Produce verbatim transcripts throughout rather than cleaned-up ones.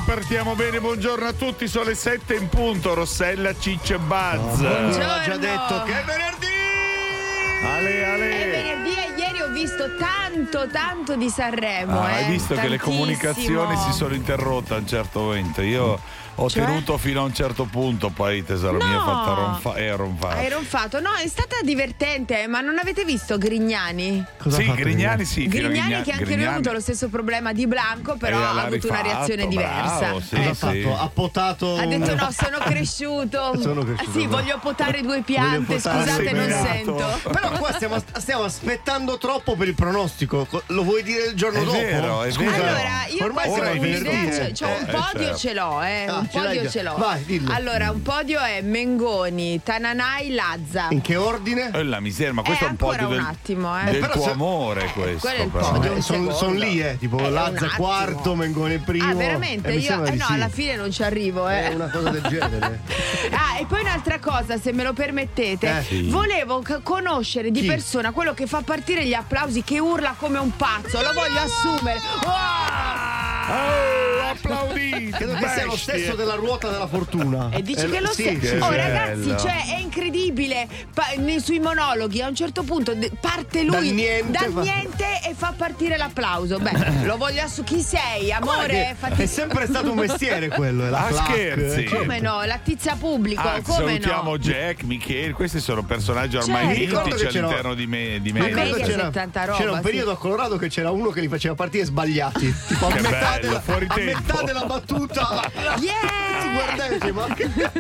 partiamo bene, buongiorno a tutti, sono le sette in punto, Rossella, Ciccio e Buzz. Buongiorno. L'ha già detto che è venerdì! Ale, ale. È venerdì e ieri ho visto tanto, tanto di Sanremo. Ah, eh. hai visto Tantissimo. che le comunicazioni si sono interrotte a un certo momento. Io ho Cioè? tenuto fino a un certo punto, poi tesoro No. mio è fatta ronfa- è ronfato. Hai ronfato? No, è stata divertente, ma non avete visto Grignani? Cosa sì, Grignani sì. fino a Grignani Grigna- che anche lui Grignani. ha avuto lo stesso problema di Blanco, però E ha l'ha avuto una rifatto, reazione diversa. bravo, sì, Eh. Cosa ha sì. fatto? Ha potato. Ha detto no, sono cresciuto. Sono cresciuto, Ah, sì, no. voglio potare due piante, Voglio potare- scusate, non Seminato. sento. Però qua stiamo, stiamo aspettando troppo per il pronostico. Co- Lo vuoi dire il giorno È dopo? vero, è Scusa. vero. Allora, io Ormai qua siamo ho venerdì, un'idea, eh. c'ho un Eh, podio certo. ce l'ho, eh. Ah, un ce l'hai podio già. ce l'ho. Vai, dillo. Allora, un podio è Mengoni, Tananai, Lazza. In che ordine? Eh, la miseria, ma questo Eh, è un ancora podio un del, attimo, eh. del Però tuo se- amore questo. Quello è il però. podio. un sono secondo. lì, eh. Tipo Eh, un Lazza attimo. quarto, Mengoni primo. Ah, veramente? Eh, mi Io sembra eh, di no, sì. alla fine non ci arrivo, eh. È una cosa del genere. Ah, e poi un'altra cosa, se me lo permettete, Eh, sì. volevo c- conoscere di Chi? persona quello che fa partire gli applausi, che urla come un pazzo, lo voglio assumere. Oh, applaudite! Credo che sia lo bestie. stesso della ruota della fortuna. E dici Eh, che lo sì, sia? sì, Oh sì. ragazzi, bello. cioè è incredibile. Pa- nei- sui monologhi a un certo punto de- parte lui Dal niente dal fa- niente e fa partire l'applauso. Beh, lo voglio assu- chi sei? Amore, Guarda fatti- che È sempre stato un mestiere quello. È la Ah, clac. scherzi? come no? La tizia pubblico, Ah, come salutiamo no? Jack, Michele, questi sono personaggi ormai Certo. Mi ricordo mitici che c'era- all'interno di me di Ma me. Mediaset Ricordo c'era, tanta roba, c'era un sì. periodo a Colorado che c'era uno che li faceva partire sbagliati. Tipo a Che metà, bello, della, fuori a tempo. metà della battuta. Yeah! Guardate, ma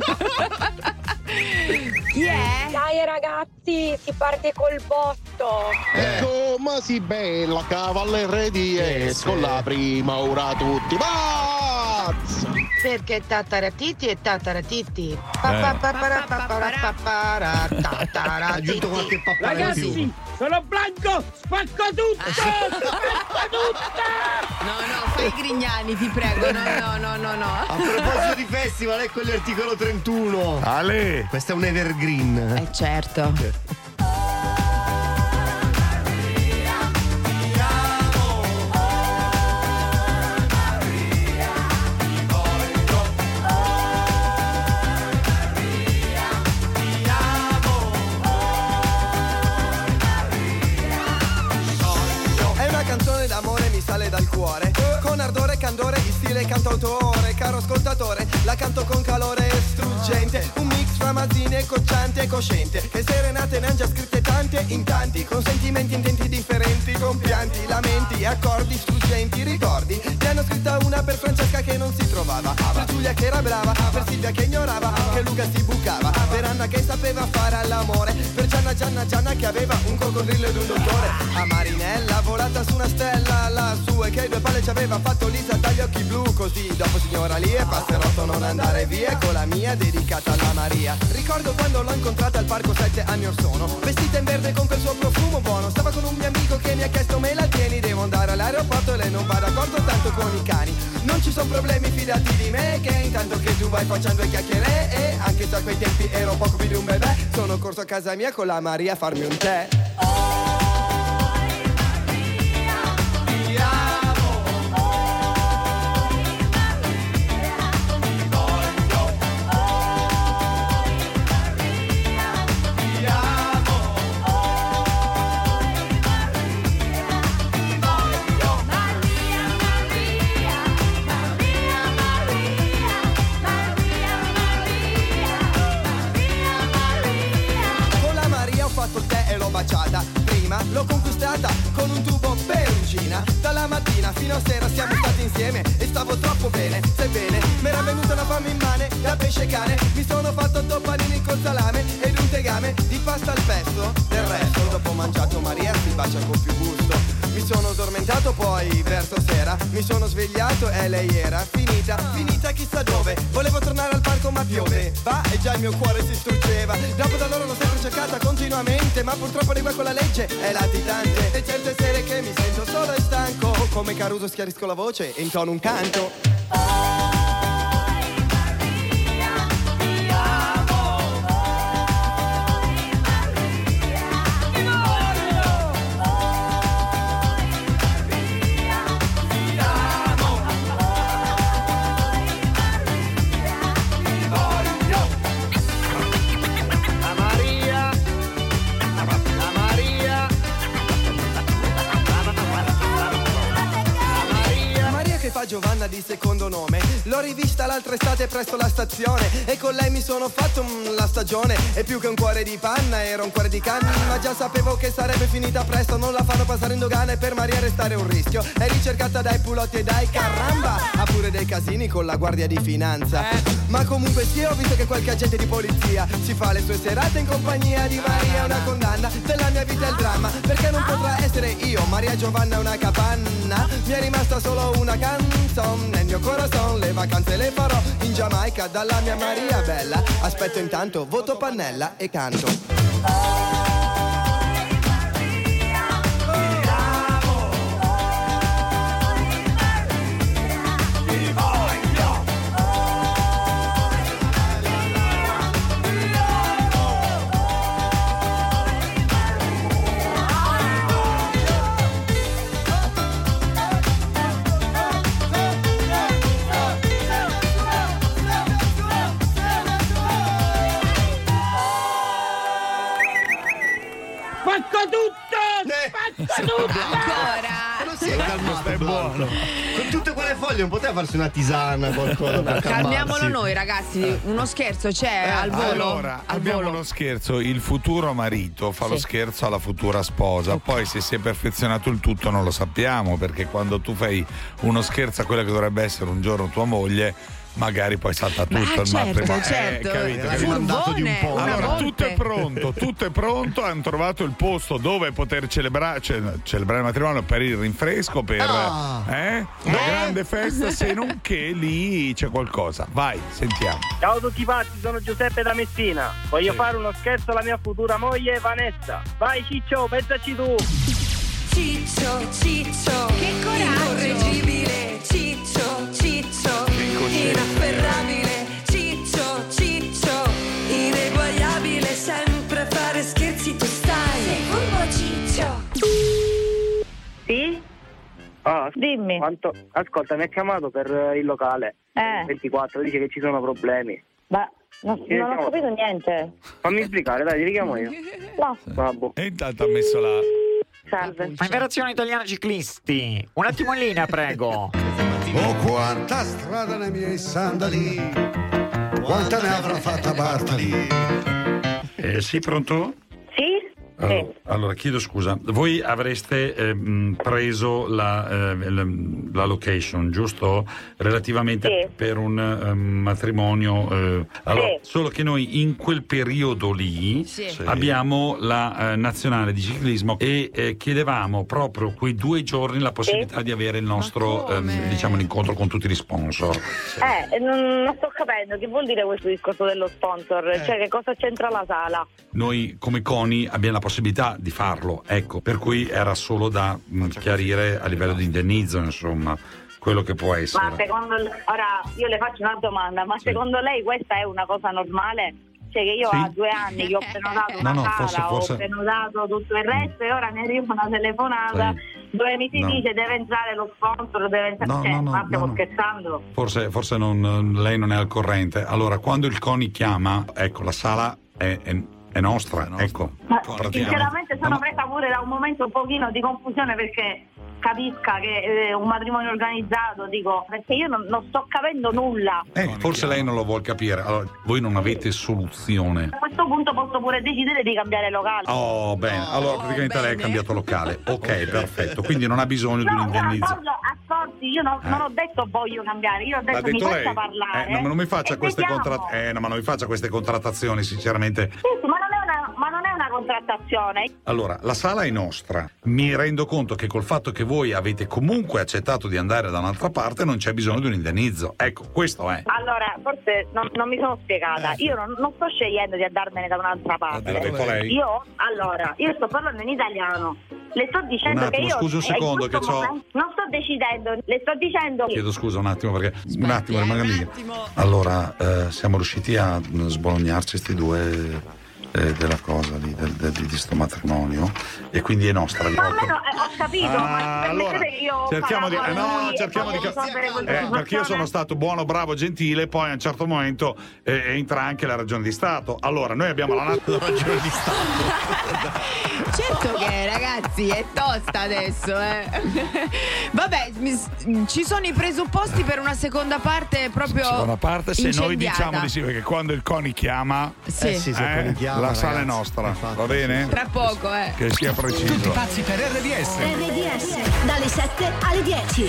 Chi è? Dai ragazzi, si parte col botto. Ecco, ma si bella cavallere di es con la prima ora tutti pazz! Perché tataratiti e tataratiti. aggiunto qualche pappara in più. Sono Blanco, spacco tutto! Spacco tutto! No, no, fai i Grignani, ti prego. No, no, no, no, no. A proposito di festival, ecco l'articolo trentuno. Ale! Questo è un evergreen. Eh certo. È una canzone d'amore, mi sale dal cuore. Con ardore e candore, in stile cantautore. Caro ascoltatore, la canto con calore struggente. Un mix fra mazzine, cocciante e cosciente. Che serenate ne han già scritte tante in tanti. Con sentimenti intenti differenti, con pianti, lamenti, accordi struggenti. Ricordi? Ne hanno scritta una per Francesca che non si trovava, per Giulia che era brava, per Silvia che ignorava, che Luca si bucava, per Anna che sapeva fare all'amore, per Gianna Gianna Gianna che aveva un coccodrillo ed un dottore. A Marinella volata su una stella lassù e che due palle ci aveva fatto Lisa dagli occhi blu. Così dopo signora lì e passerotto non andare via con la mia dedicata alla Maria. Ricordo quando l'ho incontrata al parco sette anni or sono, vestita in verde con quel suo profumo buono. Stava con un mio amico che mi ha chiesto me la tieni, devo andare all'aeroporto e lei non va d'accordo tanto con i cani. Non ci sono problemi, fidati di me, che intanto che tu vai facendo due chiacchiere. E anche se a quei tempi ero poco più di un bebè, sono corso a casa mia con la Maria a farmi un tè. Con la Maria ho fatto il tè e l'ho baciata. Prima l'ho conquistata con un tubo perugina. Dalla mattina fino a sera siamo stati insieme e stavo troppo bene, sebbene m'era venuta una fame immane da pesce cane. Mi sono fatto otto panini col salame ed un tegame di pasta al pesto. Del resto dopo mangiato Maria si bacia con più gusto. Mi sono addormentato poi verso sera, mi sono svegliato e lei era finita, finita chissà dove. Volevo tornare al parco ma piove, va e già il mio cuore si struggeva. Dopo da loro l'ho sempre cercata continuamente, ma purtroppo arriva con la legge è latitante. E certe sere che mi sento solo e stanco, come Caruso schiarisco la voce e intono un canto. Giovanna di secondo nome. L'ho rivista l'altra estate presso la stazione e con lei mi sono fatto mm, la stagione. E più che un cuore di panna era un cuore di canna, ma già sapevo che sarebbe finita presto. Non la fanno passare in dogana e per Maria restare un rischio. È ricercata dai pulotti e dai caramba, ha pure dei casini con la guardia di finanza. Ma comunque sì, ho visto che qualche agente di polizia si fa le sue serate in compagnia di Maria. Una condanna della mia vita è il dramma, perché non potrà essere io. Maria Giovanna è una capanna, mi è rimasta solo una canzone nel mio corazon. Le vacanze le farò in Giamaica dalla mia Maria bella. Aspetto intanto, voto pannella e canto. Spacco tutto! Spacco tutto! Ancora! Non si è calmato, è buono. Con tutte quelle foglie non poteva farsi una tisana, qualcosa per Calmiamolo calmarsi. noi, ragazzi. Uno scherzo c'è Eh, al volo. Allora, al abbiamo volo. uno scherzo. Il futuro marito fa lo Sì. scherzo alla futura sposa. Poi se si è perfezionato il tutto non lo sappiamo, perché quando tu fai uno scherzo a quella che dovrebbe essere un giorno tua moglie, magari poi salta tutto Ma il certo, matrimonio. certo. Eh, capito, L'hai capito? mandato di un po'. Una Allora, volpe. tutto è pronto, tutto è pronto. Hanno trovato il posto dove poter celebrare, cioè, celebrare il matrimonio per il rinfresco, per Ah. eh, una grande festa, se non che lì c'è qualcosa. Vai, sentiamo. Ciao a tutti pazzi, sono Giuseppe da Messina. Voglio Sì. fare uno scherzo alla mia futura moglie Vanessa. Vai Ciccio, pensaci tu. Ciccio, Ciccio, Che coraggio! incorreggibile, Ciccio, Ciccio, inafferrabile, Ciccio, Ciccio, ineguagliabile, sempre a fare scherzi tu stai. Sei furbo Ciccio. Sì? Ah, Dimmi. quanto... Ascolta, mi ha chiamato per eh, il locale. Eh. ventiquattro, dice che ci sono problemi. Ma non, Sì, non ho no. capito niente. Fammi spiegare, dai, ti richiamo io. No, Babbo. E intanto ha messo la. salve. Federazione Italiana Ciclisti, un attimo in linea, prego. Oh, quanta strada nei miei sandali, quanta ne avrà fatta Bartali. Eh, sì, pronto? Sì? Allora, allora, chiedo scusa, voi avreste ehm, preso la, eh, la, la location, giusto? Relativamente Sì. per un ehm, matrimonio. eh, allora, Sì. solo che noi in quel periodo lì Sì. Sì. abbiamo la eh, nazionale di ciclismo e eh, chiedevamo proprio quei due giorni la possibilità di avere il nostro Ma come? ehm, diciamo un incontro con tutti gli sponsor. Eh, non, non sto capendo che vuol dire questo discorso dello sponsor. Cioè, che cosa c'entra la sala? Noi come CONI abbiamo la possibilità di farlo, ecco, per cui era solo da mh, chiarire a livello di indennizzo, insomma, quello che può essere. Ma secondo l- ora io le faccio una domanda, ma Sì. secondo lei questa è una cosa normale? Cioè che io Sì. a due anni che ho prenotato una No, no, sala, forse- forse- ho prenotato tutto il resto e ora mi arriva una telefonata Sì. dove mi si No. dice deve entrare lo sponsor, deve entrare. No, cioè, no, no, ma stiamo no, no. scherzando? Forse, forse non, lei non è al corrente. Allora, quando il CONI chiama, ecco, la sala è, è, è nostra, ecco. Ma praticamente. sinceramente sono No, ma- presa pure da un momento un pochino di confusione perché capisca che è un matrimonio organizzato, dico, perché io non, non sto capendo nulla. Eh, forse lei non lo vuol capire. Allora, voi non avete soluzione. A questo punto posso pure decidere di cambiare locale. Oh, bene. Allora, praticamente lei ha bene. cambiato locale. Ok, perfetto. Quindi non ha bisogno di un No, indennizzo. no, ascolti, io non, non ho detto voglio cambiare, io ho detto, L'ha detto mi faccia lei? parlare. Eh, no, ma non mi faccia e queste vediamo. contrat- eh, no, ma non mi faccia queste contrattazioni, sinceramente. Sì, sì, ma non è una, ma non è una contrattazione. Allora, la sala è nostra. Mi rendo conto che col fatto che voi avete comunque accettato di andare da un'altra parte non c'è bisogno di un indennizzo. Ecco, questo è. Allora, forse non, non mi sono spiegata. Io non, non sto scegliendo di andarmene da un'altra parte. L'ha detto lei? Io, allora, io sto parlando in italiano. Le sto dicendo Un attimo, che io scusi un eh, in secondo, questo che c'ho- momento non sto decidendo, le sto dicendo Chiedo scusa un attimo perché un attimo eh, rimanga un lì. attimo. Allora, eh, siamo riusciti a sbolognarci questi due eh, della cosa lì, del, del, di sto matrimonio, e quindi è nostra. Ma almeno eh, ho capito, Ah, ma allora, permettete che io cerchiamo di, parlo eh, con no, lui e cerchiamo di voglio cap- risolvere questa eh, perché io sono situazione? stato buono, bravo, gentile, poi a un certo momento eh, entra anche la ragione di Stato. Allora, noi abbiamo la ragione di Stato. Certo che ragazzi è tosta adesso, eh. Vabbè, mi- ci sono i presupposti per una seconda parte proprio Seconda parte, se noi incendiata. diciamo di sì, perché quando il CONI chiama, Sì. Eh sì, se il CONI chiama, la sala è ragazzi, nostra, infatti, va bene? Tra poco, eh. Che sia preciso. Tutti pazzi per R D S. R D S dalle sette alle dieci.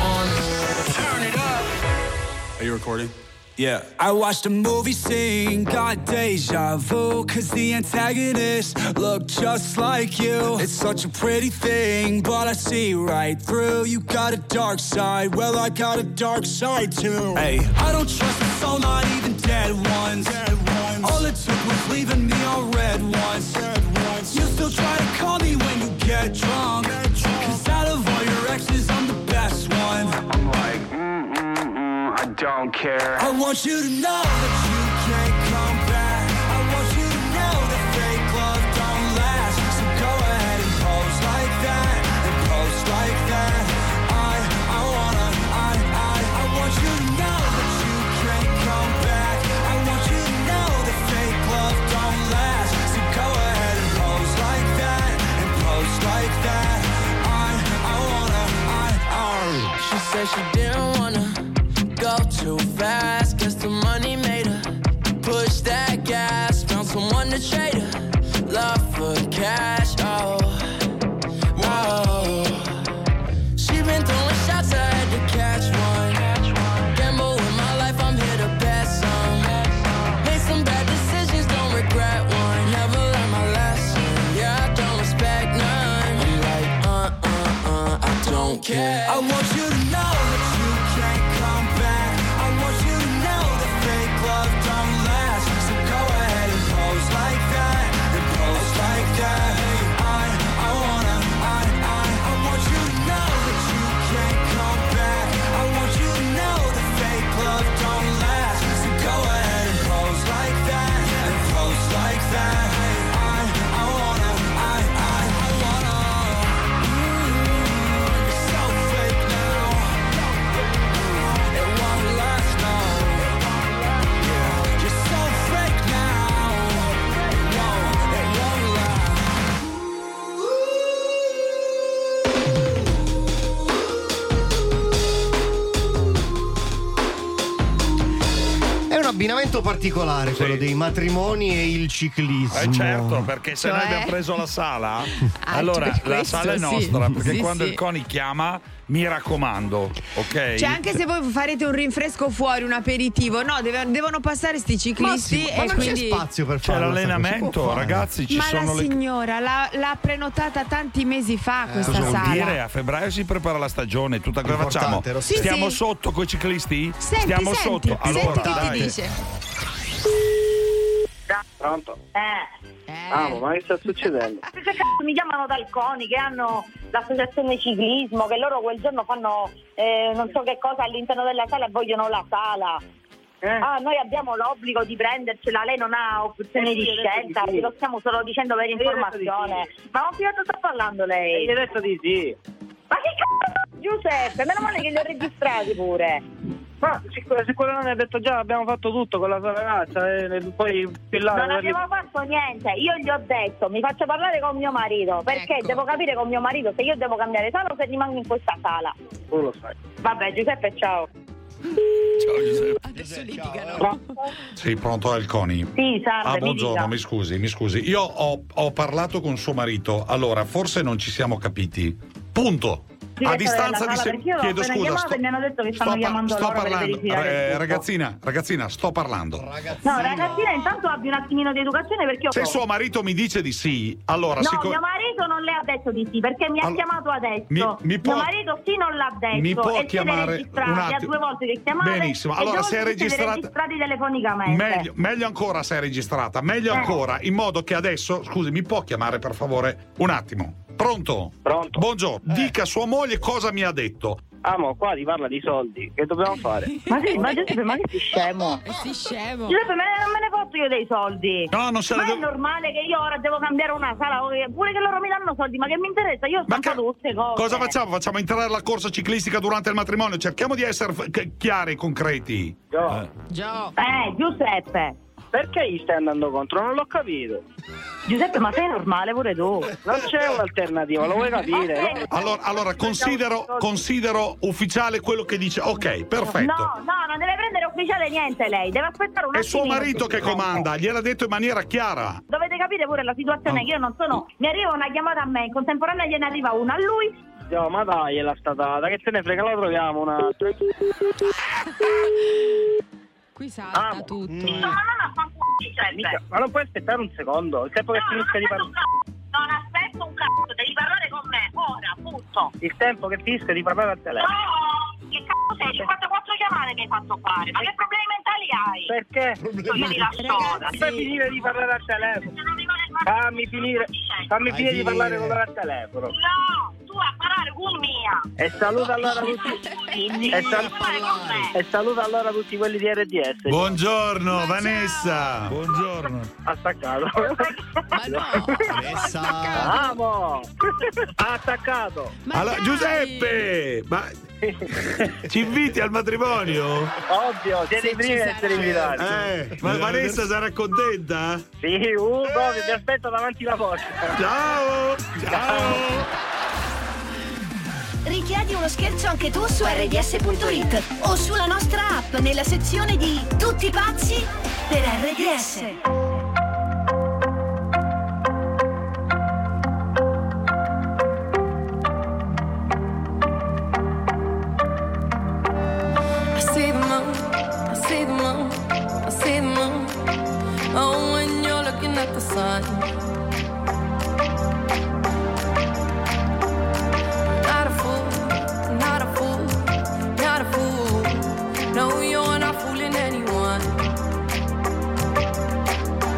Are you recording? Yeah. I watched a movie scene, got deja vu, cause the antagonist looked just like you. It's such a pretty thing, but I see right through. You got a dark side, well I got a dark side too. Hey, I don't trust a soul, not even dead ones. Dead ones. All it took was leaving me all red once. Red ones. You still try to call me when you get drunk, get drunk. Cause out of all your exes, I'm the best one. I'm like, mm, mm, mm, I don't care. I want you to know that you can't come back. I want you to know that fake love don't last. So go ahead and pose like that, and pose like that. I, I wanna, I, I, I want you to know that you can't come back. I want you to know that fake love don't last. So go ahead and pose like that, and pose like that. I, I wanna, I, I. She said she didn't wanna go too fast, guess the money made her push that gas. Found someone to trade her love for cash. Oh, oh. She been throwing shots, I had to catch one. Gamble with my life, I'm here to bet some. Made some bad decisions, don't regret one. Never learned my lesson, yeah, I don't respect none. I'm like, uh, uh, uh, I don't care. I want you to know that you can't come back. I want you to know that fake love don't last. So go ahead and pose like that, and pose like that. I, I wanna, I, I, I want you to know that you can't come back. I want you to know that fake love don't last. So go ahead and pose like that, and pose like that. I, I wanna, I, I, I wanna. Mm, you're so fake now. It won't last now. Yeah, you're so fake now. It won't, it won't last. È un abbinamento particolare quello dei matrimoni e il ciclismo. Eh certo, perché se Cioè? noi abbiamo preso la sala, Ah, allora per la questo, sala è sì. nostra, perché Sì, quando sì. il CONI chiama, mi raccomando, ok? Cioè anche se voi farete un rinfresco fuori, un aperitivo, no, deve- devono passare sti ciclisti Ma sì, ma e non quindi c'è spazio per C'è farlo, l'allenamento, si può fare. ragazzi, ci ma sono la le signora l'ha, l'ha prenotata tanti mesi fa questa Cosa vuol sala. dire? A febbraio si prepara la stagione, tutta cosa Importante, facciamo? Rossi. Sì, Stiamo sì. sotto coi ciclisti? Senti, Stiamo senti, sotto. Allora, senti chi dai. ti dice. Pronto? Eh. Amo, ma che sta succedendo? Che cazzo mi chiamano dal CONI, che hanno l'associazione ciclismo, che loro quel giorno fanno eh, non so che cosa all'interno della sala e vogliono la sala. Eh? Ah, noi abbiamo l'obbligo di prendercela, lei non ha opzione Eh, di io ho detto scelta, di sì. ve lo stiamo solo dicendo per io ho detto informazione. di Ma non più sta parlando E lei? gli hai detto di sì. Ma che cazzo, Giuseppe? Meno male che li ho registrati pure. Ma sic- sicuramente hai detto già, abbiamo fatto tutto con la sua ragazza e poi pillare. Non abbiamo fatto niente, io gli ho detto mi faccio parlare con mio marito, perché Ecco. devo capire con mio marito se io devo cambiare sala o se rimango in questa sala. Tu lo sai. Vabbè Giuseppe, ciao. Ciao Giuseppe. Adesso litigano. Sì, pronto, è il CONI. Sì, salve, Ah, mi buongiorno, dica. mi scusi, mi scusi. Io ho, ho parlato con suo marito. Allora, forse non ci siamo capiti. Punto. Sì, A detto distanza della di sala, se- perché io l'ho chiedo appena scusa. chiamato e mi hanno detto che stanno sto par- chiamando sto loro per parlando. verificare Eh, il tutto. ragazzina, ragazzina, sto parlando. No, ragazzina, intanto abbi un attimino di educazione perché io Se provo. suo marito mi dice di sì, allora No, siccome- mio marito non le ha detto di sì perché mi ha Allora, chiamato adesso. mi- mi può- Mio marito sì non l'ha detto. mi può e siete chiamare registrati un a attimo? due volte che chiamate. Benissimo, e allora due se è volte siete registrata- registrati telefonicamente. Meglio, meglio ancora se è registrata, meglio Eh. ancora, in modo che adesso, scusi, mi può chiamare per favore un attimo? Pronto? Pronto. Buongiorno, dica a sua moglie cosa mi ha detto. Amo, qua ti parla di soldi, che dobbiamo fare? Ma sì, ma Giuseppe, ma che sei scemo? E si scemo. Giuseppe, me non me ne foto io dei soldi. No, non se ma ne è normale che io ora devo cambiare una sala, pure che loro mi danno soldi, ma che mi interessa? Io ho stampato tutte cose. Cosa facciamo? Facciamo entrare la corsa ciclistica durante il matrimonio? Cerchiamo di essere f- c- chiari e concreti. Gio. Gio. Eh, Giuseppe. Perché gli stai andando contro? Non l'ho capito. Giuseppe, ma sei normale pure tu? Non c'è un'alternativa, lo vuoi capire? Okay. No? Allora, allora considero, considero ufficiale quello che dice. Ok, perfetto. No, no, non deve prendere ufficiale niente lei, deve aspettare un È attimo. suo marito che comanda, gliel'ha detto in maniera chiara. Dovete capire pure la situazione, Oh. che io non sono. Mi arriva una chiamata a me, in contemporanea gliene arriva una a lui. Dio, ma dai, è la statata, che te ne frega, la troviamo un'altra. Qui salta Amo. tutto. No, eh. no, no, fanculo, Giuseppe. Mica, ma non puoi aspettare un secondo, il tempo che No, non finisca di aspetto parlare. un cazzo, non aspetto un cazzo, devi parlare con me, ora, punto. Il tempo che finisca di parlare al telefono. No, che cazzo sei? cinquantaquattro chiamate che hai fatto fare, ma che problemi mentali hai? Perché? Io ti lascio ora. Fai finire di parlare al telefono. Fammi finire, fammi Fai finire di parlare finire. con al telefono. No, tu a parlare con mia. E saluta allora tutti. E, sal- e saluta allora tutti quelli di R D S. Buongiorno, Vanessa. Buongiorno. Ha staccato. Ma no. Vanessa. Amo. Ha attaccato. Ma Allora, dai. Giuseppe, ma ci inviti al matrimonio? Ovvio, siete i primi a essere invitati. Eh, ma Vanessa sarà contenta? Sì, Ugo, che vi aspetto davanti la porta. Ciao! Ciao! Richiedi uno scherzo anche tu su erre di esse punto it o sulla nostra app nella sezione di Tutti pazzi per erre di esse. I see the moon, I see the moon, I see the moon. Oh, when you're looking at the sun. Not a fool, not a fool, not a fool. No, you're not fooling anyone.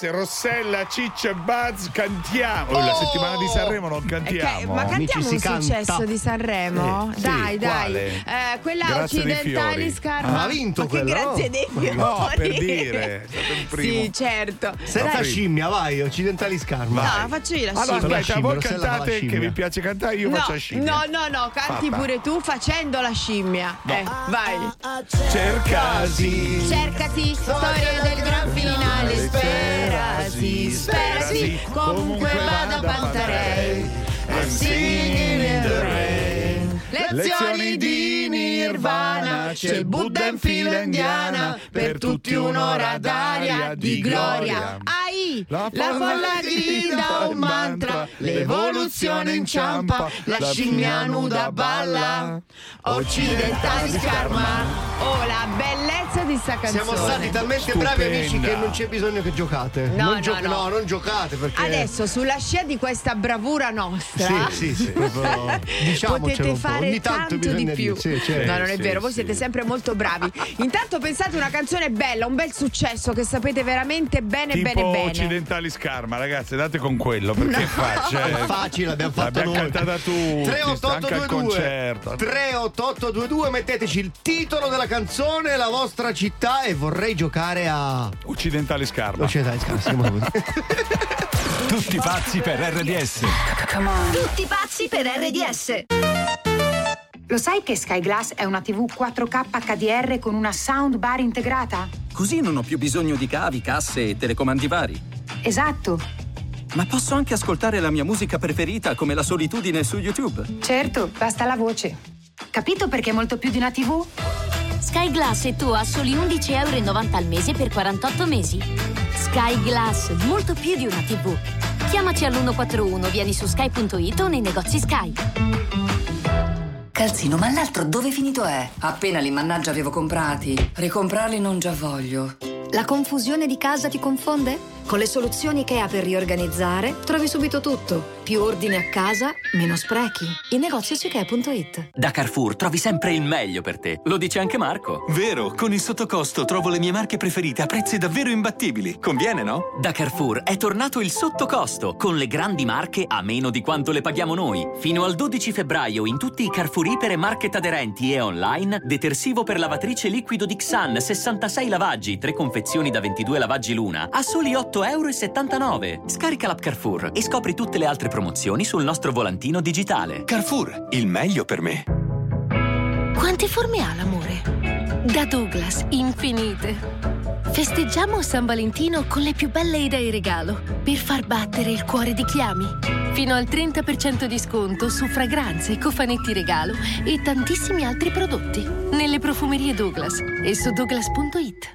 S, Rossella, Ciccio e Buzz, cantiamo. Oh, la settimana di Sanremo non cantiamo. Okay, ma cantiamo un successo canta. di Sanremo? Eh, dai, sì, dai. Eh, quella grazie occidentali Scarma. Ah, ha vinto ma quello. che grazie dei fiori. No, per dire. Sì, certo. Senza dai. scimmia, vai, occidentali Scarma. No, la faccio io la allora, scimmia. aspetta, voi cantate che vi piace cantare, io no, faccio la scimmia. No, no, no, canti Fatta. pure tu facendo la scimmia. No. Eh, vai. Cercasi. Cercasi, storia del gran finale. Sperasi, sperasi, comunque vada Pantarei. And singing in the rain. Lezioni di Nirvana, c'è il Buddha in fila indiana, per tutti un'ora d'aria di gloria. Ai, la folla grida un mantra, l'evoluzione inciampa, la scimmia nuda balla, occidentali Scarma. Oh, la bellezza di sta canzone. Siamo stati talmente Stupenda. bravi amici che non c'è bisogno che giocate. No, non gio- no, no. no, non giocate perché Adesso sulla scia di questa bravura nostra, Sì, sì, sì, proprio, diciamocelo potete un po'. fare Ogni tanto tanto di bisogna più. dire, sì, certo. No, non è Sì, vero, voi sì. siete sempre molto bravi. Intanto pensate una canzone bella, un bel successo che sapete veramente bene Tipo bene bene. occidentali Scarma, ragazzi, date con quello perché è facile. È facile, l'abbiamo fatto L'abbiamo noi. cantata tutti, tre otto otto anche al due due concerto. tre otto otto due due, metteteci il titolo della canzone, la vostra città e vorrei giocare a Occidentali Scarma. Occidentali Scarma, siamo così. Tutti pazzi per R D S. Tutti pazzi per R D S. Lo sai che Sky Glass è una tivù quattro K H D R con una soundbar integrata? Così non ho più bisogno di cavi, casse e telecomandi vari. Esatto. Ma posso anche ascoltare la mia musica preferita come La solitudine su YouTube. Certo, basta la voce. Capito perché è molto più di una tivù? Sky Glass e tu a soli undici virgola novanta euro al mese per quarantotto mesi. Sky Glass, molto più di una tivù. Chiamaci all'uno quattro uno, vieni su sky punto it o nei negozi Sky. Calzino, ma l'altro dove finito è? Appena li mannaggia avevo comprati. Ricomprarli non già voglio. La confusione di casa ti confonde? Con le soluzioni IKEA per riorganizzare trovi subito tutto. Più ordine a casa, meno sprechi. In negozio su ikea punto it. Da Carrefour trovi sempre il meglio per te. Lo dice anche Marco. Vero, con il sottocosto trovo le mie marche preferite a prezzi davvero imbattibili. Conviene, no? Da Carrefour è tornato il sottocosto, con le grandi marche a meno di quanto le paghiamo noi. Fino al dodici febbraio in tutti i Carrefour Iper e market aderenti e online, detersivo per lavatrice liquido di Xan, sessantasei lavaggi, tre confezioni da ventidue lavaggi l'una, a soli otto virgola settantanove euro. Scarica l'app Carrefour e scopri tutte le altre promozioni sul nostro volantino digitale. Carrefour, il meglio per me. Quante forme ha l'amore? Da Douglas, infinite. Festeggiamo San Valentino con le più belle idee regalo per far battere il cuore di chi ami. Fino al trenta per cento di sconto su fragranze, cofanetti regalo e tantissimi altri prodotti nelle profumerie Douglas e su douglas punto it.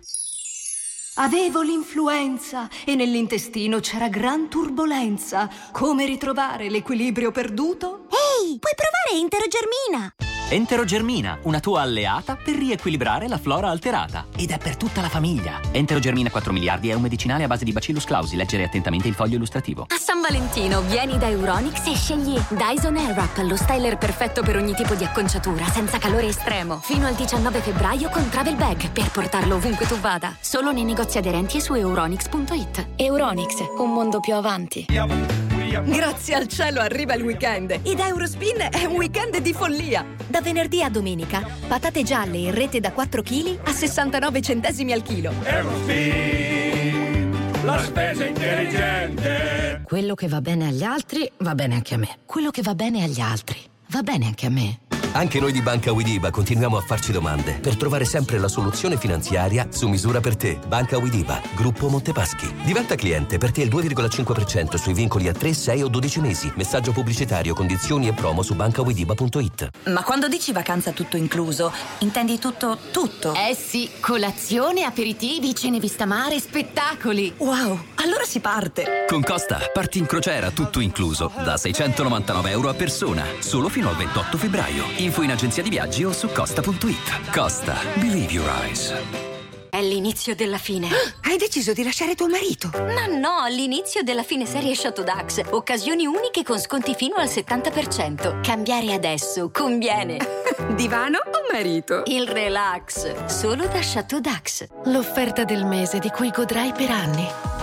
Avevo l'influenza e nell'intestino c'era gran turbolenza. Come ritrovare l'equilibrio perduto? Ehi, puoi provare Enterogermina! Enterogermina, una tua alleata per riequilibrare la flora alterata. Ed è per tutta la famiglia. Enterogermina quattro miliardi è un medicinale a base di Bacillus clausi. Leggere attentamente il foglio illustrativo. A San Valentino vieni da Euronix e scegli Dyson Airwrap, lo styler perfetto per ogni tipo di acconciatura, senza calore estremo. Fino al diciannove febbraio con Travel Bag per portarlo ovunque tu vada. Solo nei negozi aderenti e su euronix punto it. Euronix, un mondo più avanti. Grazie al cielo arriva il weekend ed Eurospin è un weekend di follia. Da venerdì a domenica, patate gialle in rete da quattro chili a sessantanove centesimi al chilo. Eurospin, la spesa intelligente. Quello che va bene agli altri va bene anche a me. Quello che va bene agli altri va bene anche a me. Anche noi di Banca Widiba continuiamo a farci domande per trovare sempre la soluzione finanziaria su misura per te. Banca Widiba, gruppo Montepaschi. Diventa cliente, per te il due virgola cinque per cento sui vincoli a tre, sei o dodici mesi. Messaggio pubblicitario, condizioni e promo su banca widiba punto it. Ma quando dici vacanza tutto incluso, intendi tutto, tutto? Eh sì, colazione, aperitivi, cene vista mare, spettacoli. Wow, allora si parte! Con Costa, parti in crociera tutto incluso, da seicentonovantanove euro a persona, solo fino al ventotto febbraio. Info in agenzia di viaggi o su costa punto it. Costa, believe your eyes. È l'inizio della fine. Hai deciso di lasciare tuo marito? Ma no, l'inizio della fine serie Chateau Dax. Occasioni uniche con sconti fino al settanta per cento. Cambiare adesso conviene. Divano o marito? Il relax, solo da Chateau Dax. L'offerta del mese di cui godrai per anni.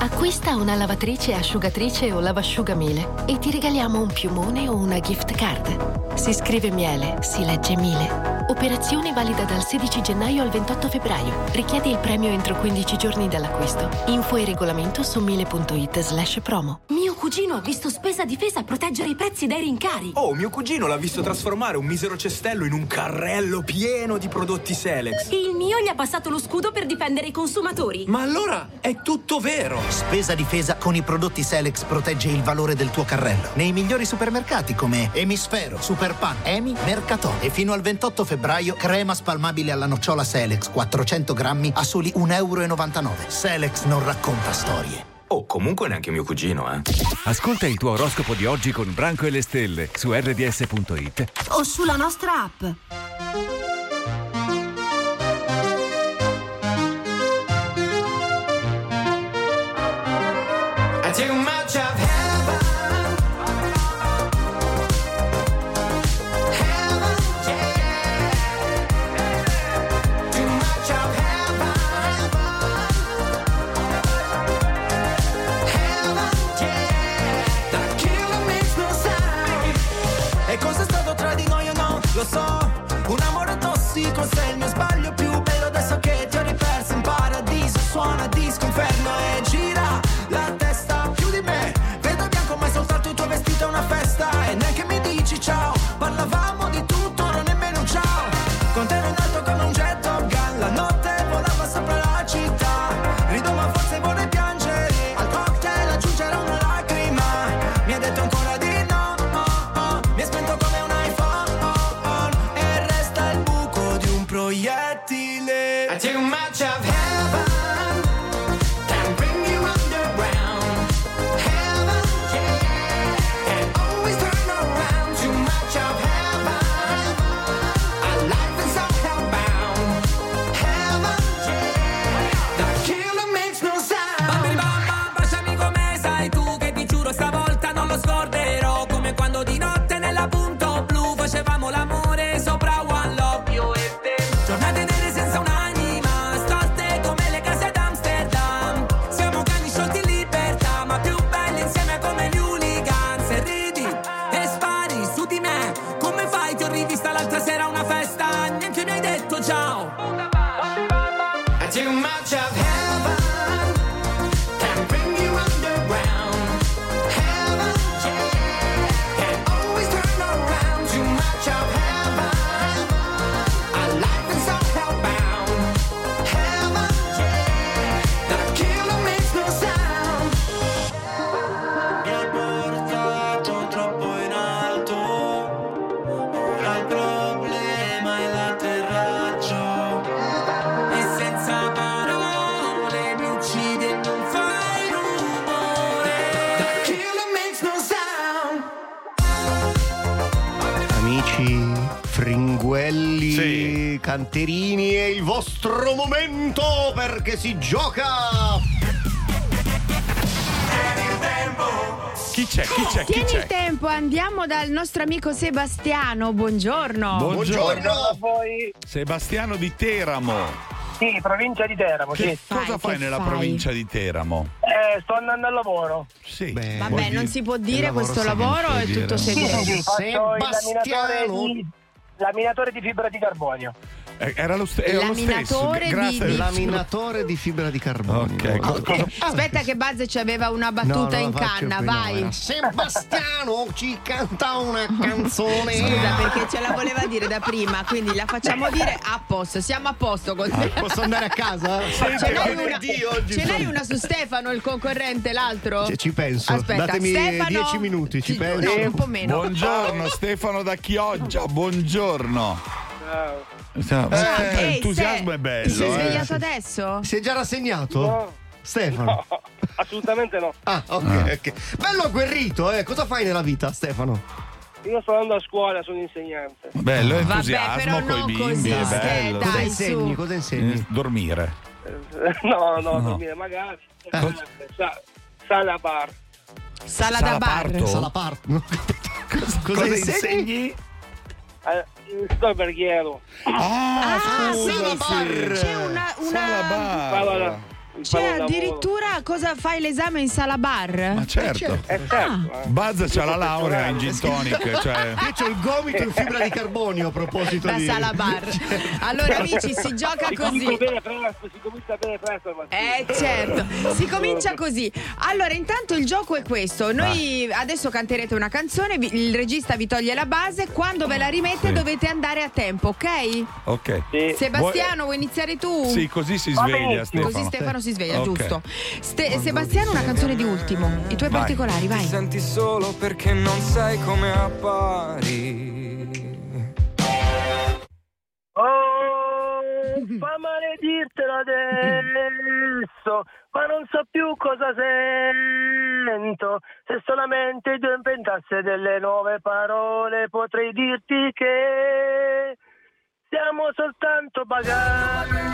Acquista una lavatrice, asciugatrice o lavasciugamile e ti regaliamo un piumone o una gift card. Si scrive Miele, si legge Mile. Operazione valida dal sedici gennaio al ventotto febbraio. Richiedi il premio entro quindici giorni dall'acquisto. Info e regolamento su mile.it slash promo. Mio cugino ha visto Spesa Difesa proteggere i prezzi dai rincari. Oh, mio cugino l'ha visto trasformare un misero cestello in un carrello pieno di prodotti Selex. Il mio gli ha passato lo scudo per difendere i consumatori. Ma allora è tutto vero. Spesa Difesa con i prodotti Selex protegge il valore del tuo carrello. Nei migliori supermercati come Emisfero, Superpan, Emi, Mercatò. E fino al ventotto febbraio crema spalmabile alla nocciola Selex quattrocento grammi a soli un euro e novantanove. Selex non racconta storie. Oh, comunque neanche mio cugino, eh. Ascolta il tuo oroscopo di oggi con Branco e le stelle su erre di esse punto it O sulla nostra app. Too much of heaven, heaven, yeah. Too much of heaven, heaven, yeah. The killer makes no sound. E cosa è stato tra di noi o no? Lo so, un amore tossico, sei il mio sbaglio più bello. Adesso che ti ho riperso in paradiso, suona disco inferno e gira la testa più di me. Vedo bianco ma è soltanto il tuo vestito è una festa. E neanche mi dici ciao, parlavamo di tutto, non nemmeno un ciao. Con te ero in alto come un jet Top Gun, la notte volava sopra la città. Rido ma forse vorrei piangere, al cocktail aggiungere una lacrima. Mi ha detto ancora di no, oh, oh. Mi è spento come un iPhone, oh, oh. E resta il buco di un proiettile. I too much of heaven can bring you underground. Heaven, yeah. And always turn around. Too much of heaven. Our life is all hellbound. Heaven, yeah. The killer makes no sound. Bambini bamba, baciami come sai tu, che ti giuro stavolta non lo scorderò. Come quando di notte nella punto blu facevamo l'amore sopra One Love, io e te. Giornate nere senza un'anima, stolte come le case ad Amsterdam. Siamo cani sciolti in libertà, ma più belli insieme come gli hooligans. E ridi e spari su di me. Come fai? Ti ho rivista l'altra sera a una festa, neanche mi hai detto ciao. I too much of heaven can bring you underground. Heaven, yeah. And always turn around. Too much of heaven. Our life is all hellbound. Heaven, yeah. The killer makes no sound. Mi hai portato troppo in alto, ora il problema è l'atterraggio. E senza parole mi uccidi e non fai rumore. The killer makes no sound. Amici, fringuelli, Sì. canterini, è il vostro momento perché si gioca! Chi c'è? Chi c'è? Chi Tieni c'è? il tempo, andiamo dal nostro amico Sebastiano. Buongiorno. Buongiorno. A voi. Sebastiano di Teramo. Sì, provincia di Teramo, Che sì. cosa fai che nella fai? provincia di Teramo? Eh, sto andando al lavoro. Sì. Vabbè, non si può dire questo lavoro, è tutto Sì, segreto. sì, faccio il laminatore Sebastiano. di, laminatore di fibra di carbonio. Eh, Era lo, st- era lo stesso. Laminatore di- Grazie. di- Laminatore di fibra di carbonio. Ok, co- cosa- Aspetta che Bazze ci aveva una No, battuta non in la faccio canna, qui, no, vai. era Sebastiano ci canta una canzone. Scusa, perché ce la voleva dire da prima, quindi la facciamo dire a posto. Siamo a posto con te. Posso andare a casa? Ce n'hai una, venerdì oggi, ce n'hai insomma. una su Stefano, il concorrente, l'altro? Ci- ci penso. Aspetta, Datemi Stefano, dieci minuti, ci Sì, penso. no, un po' meno. Buongiorno Stefano da Chioggia, buongiorno. Ciao. Ciao. Eh, Eh, Ehi, L'entusiasmo Ste, è bello. Ti sei eh. svegliato adesso? Si è già rassegnato? No. Stefano. No, assolutamente no. Ah, ok, Ah. ok. Bello agguerrito, eh. Cosa fai nella vita, Stefano? Io sto andando a scuola, sono insegnante. Bello Vabbè, entusiasmo però con i non bimbi, così, è Ste, bello. dai, Cosa su. insegni? Cosa insegni? Eh, dormire. No, no, No. dormire magari. Cosa? Eh, sa- Sala bar. Sala, Sala da bar. parto? Sala part. No. Cosa, Cosa insegni? insegni? Eh, sto alberghiero. Ah, Ah, scusa, quindi sì. c'è una, una... Sala bar. Vado alla, C'è addirittura cosa fai l'esame in sala bar? Ma certo. Eh, certo, Ah. eh. Buzz c'ha la laurea in gin tonic, cioè. Io c'ho il gomito in fibra di carbonio a proposito Da di sala bar. Allora amici, si gioca Si così. comincia bene presto, si comincia bene presto al mattino. Eh certo, si comincia così. Allora, intanto il gioco è questo. Noi adesso canterete una canzone, vi- il regista vi toglie la base, quando ve la rimette Sì. dovete andare a tempo, ok? Ok. Sebastiano, vuoi iniziare tu? Vuoi- Sì, così si Va sveglia benissimo. Stefano. Così Stefano si sveglia, Ok. giusto. Ste- Sebastiano, una canzone di Ultimo. I tuoi Vai. particolari, vai. Ti senti solo perché non sei come appari. Oh, fa male dirtelo adesso, ma non so più cosa sento. Se solamente io inventasse delle nuove parole, potrei dirti che siamo soltanto bagagli.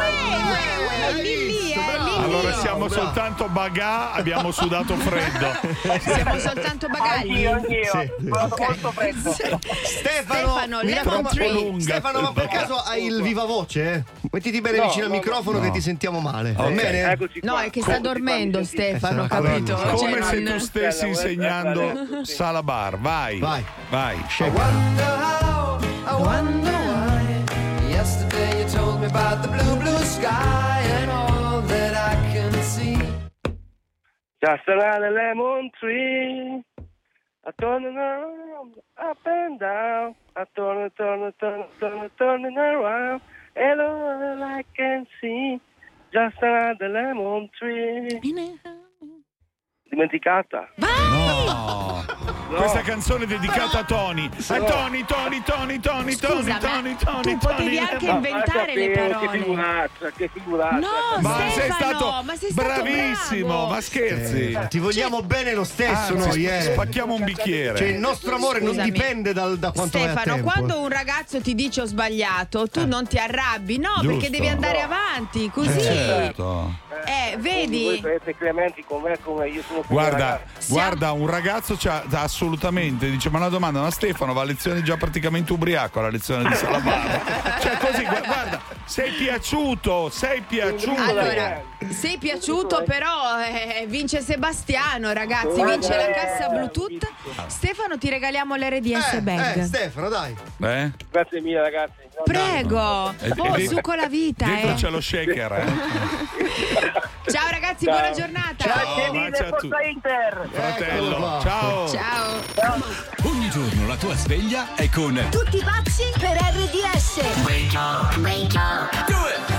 Allora siamo soltanto bagà, abbiamo sudato freddo. Siamo soltanto bagagli. Anch'io, anch'io. Sì. Molto, molto freddo. Stefano, Stefano, mi Lemon raccomando- Tree. Stefano, ma per caso hai il viva voce? Eh? Mettiti bene No, vicino al no, microfono no. che ti sentiamo male. Ok. Va bene? Eccoci No, qua. è che sta Eccoci qua, dormendo mi sentite? Stefano, Esatto. capito? Allora, Come Cioè, se non- tu stessi Bella, insegnando bella. sala bar. Vai. Vai. Vai. I wonder how, I wonder why. Yesterday you told me about the blue, blue sky and all that I can see. Just another lemon tree. I turn around, up and down. I turn, turn, turn, turn, turning around. And all I can see. Just another lemon tree. Dimenticata. No. Questa canzone è dedicata a Tony. A Tony, Tony, Tony, Tony, Scusa, Tony, ma Tony, Tony, tu potevi Tony. anche Ma inventare le sapevo, Che parole. figuraccia, che figuraccia. No, Ma Stefano, sei stato ma sei stato bravissimo, bravo. ma scherzi. Eh, ti vogliamo bene lo stesso Anzi, noi, eh. spacchiamo un bicchiere. Cioè, il nostro amore non Scusami. dipende dal, da quanto vai a Stefano, tempo. quando un ragazzo ti dice ho sbagliato, tu non ti arrabbi, no, Giusto. perché devi andare avanti, così. Certo. Eh, Voi vedi? sarete clementi con me come io sono con Guarda, mia ragazza. guarda, un ragazzo c'ha c'ha assolutamente dice: ma una domanda, ma Stefano va a lezione già praticamente ubriaco alla lezione di sala bar. Cioè così, gu- guarda, sei piaciuto, sei piaciuto. Allora, sei piaciuto, però eh, vince Sebastiano, ragazzi, vince la cassa Bluetooth. Stefano, ti regaliamo l'R D S Eh, bag. eh, Stefano, dai. Eh? Grazie mille ragazzi. Prego. E- Oh, e- su con la vita, Dentro eh. c'è lo shaker, eh. Ciao ragazzi, Ciao. buona giornata. Grazie Ciao, mille, baci a Forza tutti. Inter. Fratello, ciao. Ciao. Ogni giorno la tua sveglia è con Tutti pazzi per R D S. Wake up, wake up. Do it!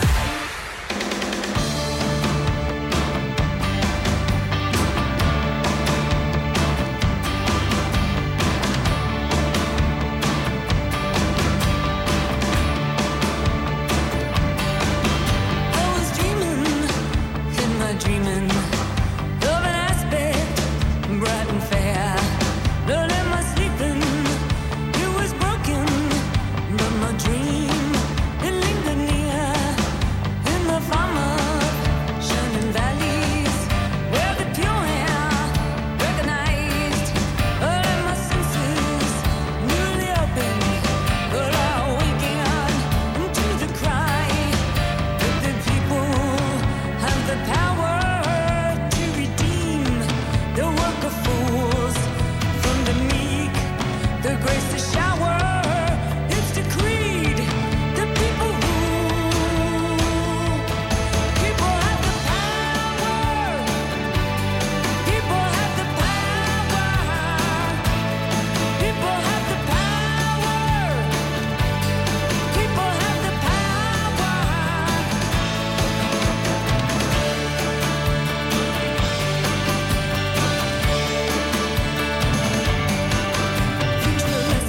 I was dreaming, in my dreaming, of an aspect bright and fair. Not in my sleeping, it was broken, but my dream, it lingered near. In the farmer, shining valleys, where the pure air recognized all of my senses, newly open, but I'm waking up into the cry. The people have the power to redeem the work of fools. From the meek, the grace to shower. It's decreed the people rule. People have the power. People have the power. People have the power. People have the power. Future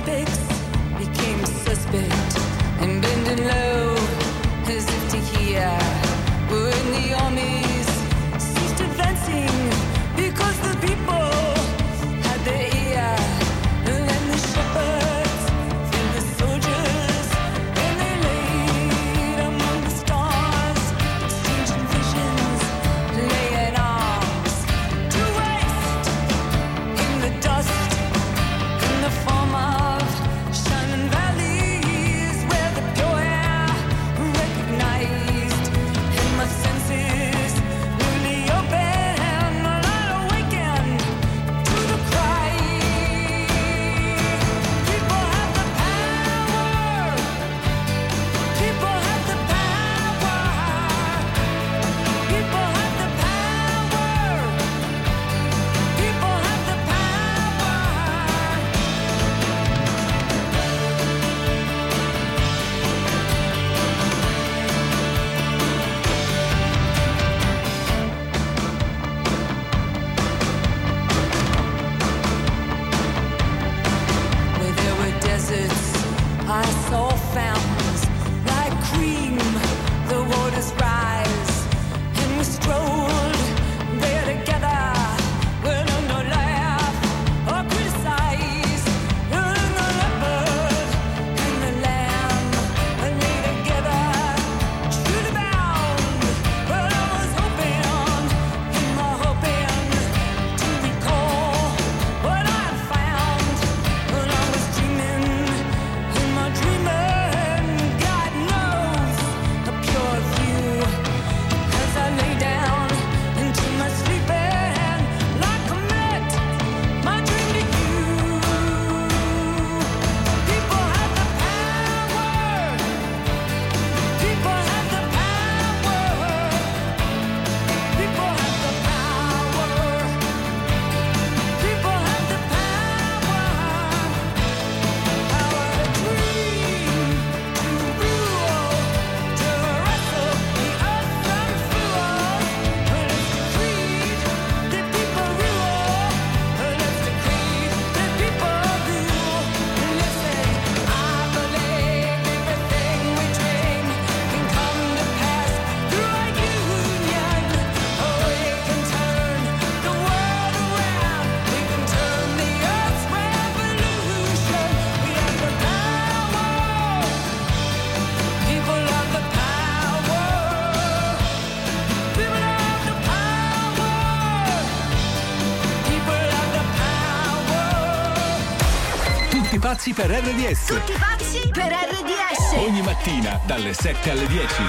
pazzi per R D S. Tutti pazzi per R D S. Ogni mattina dalle sette alle dieci.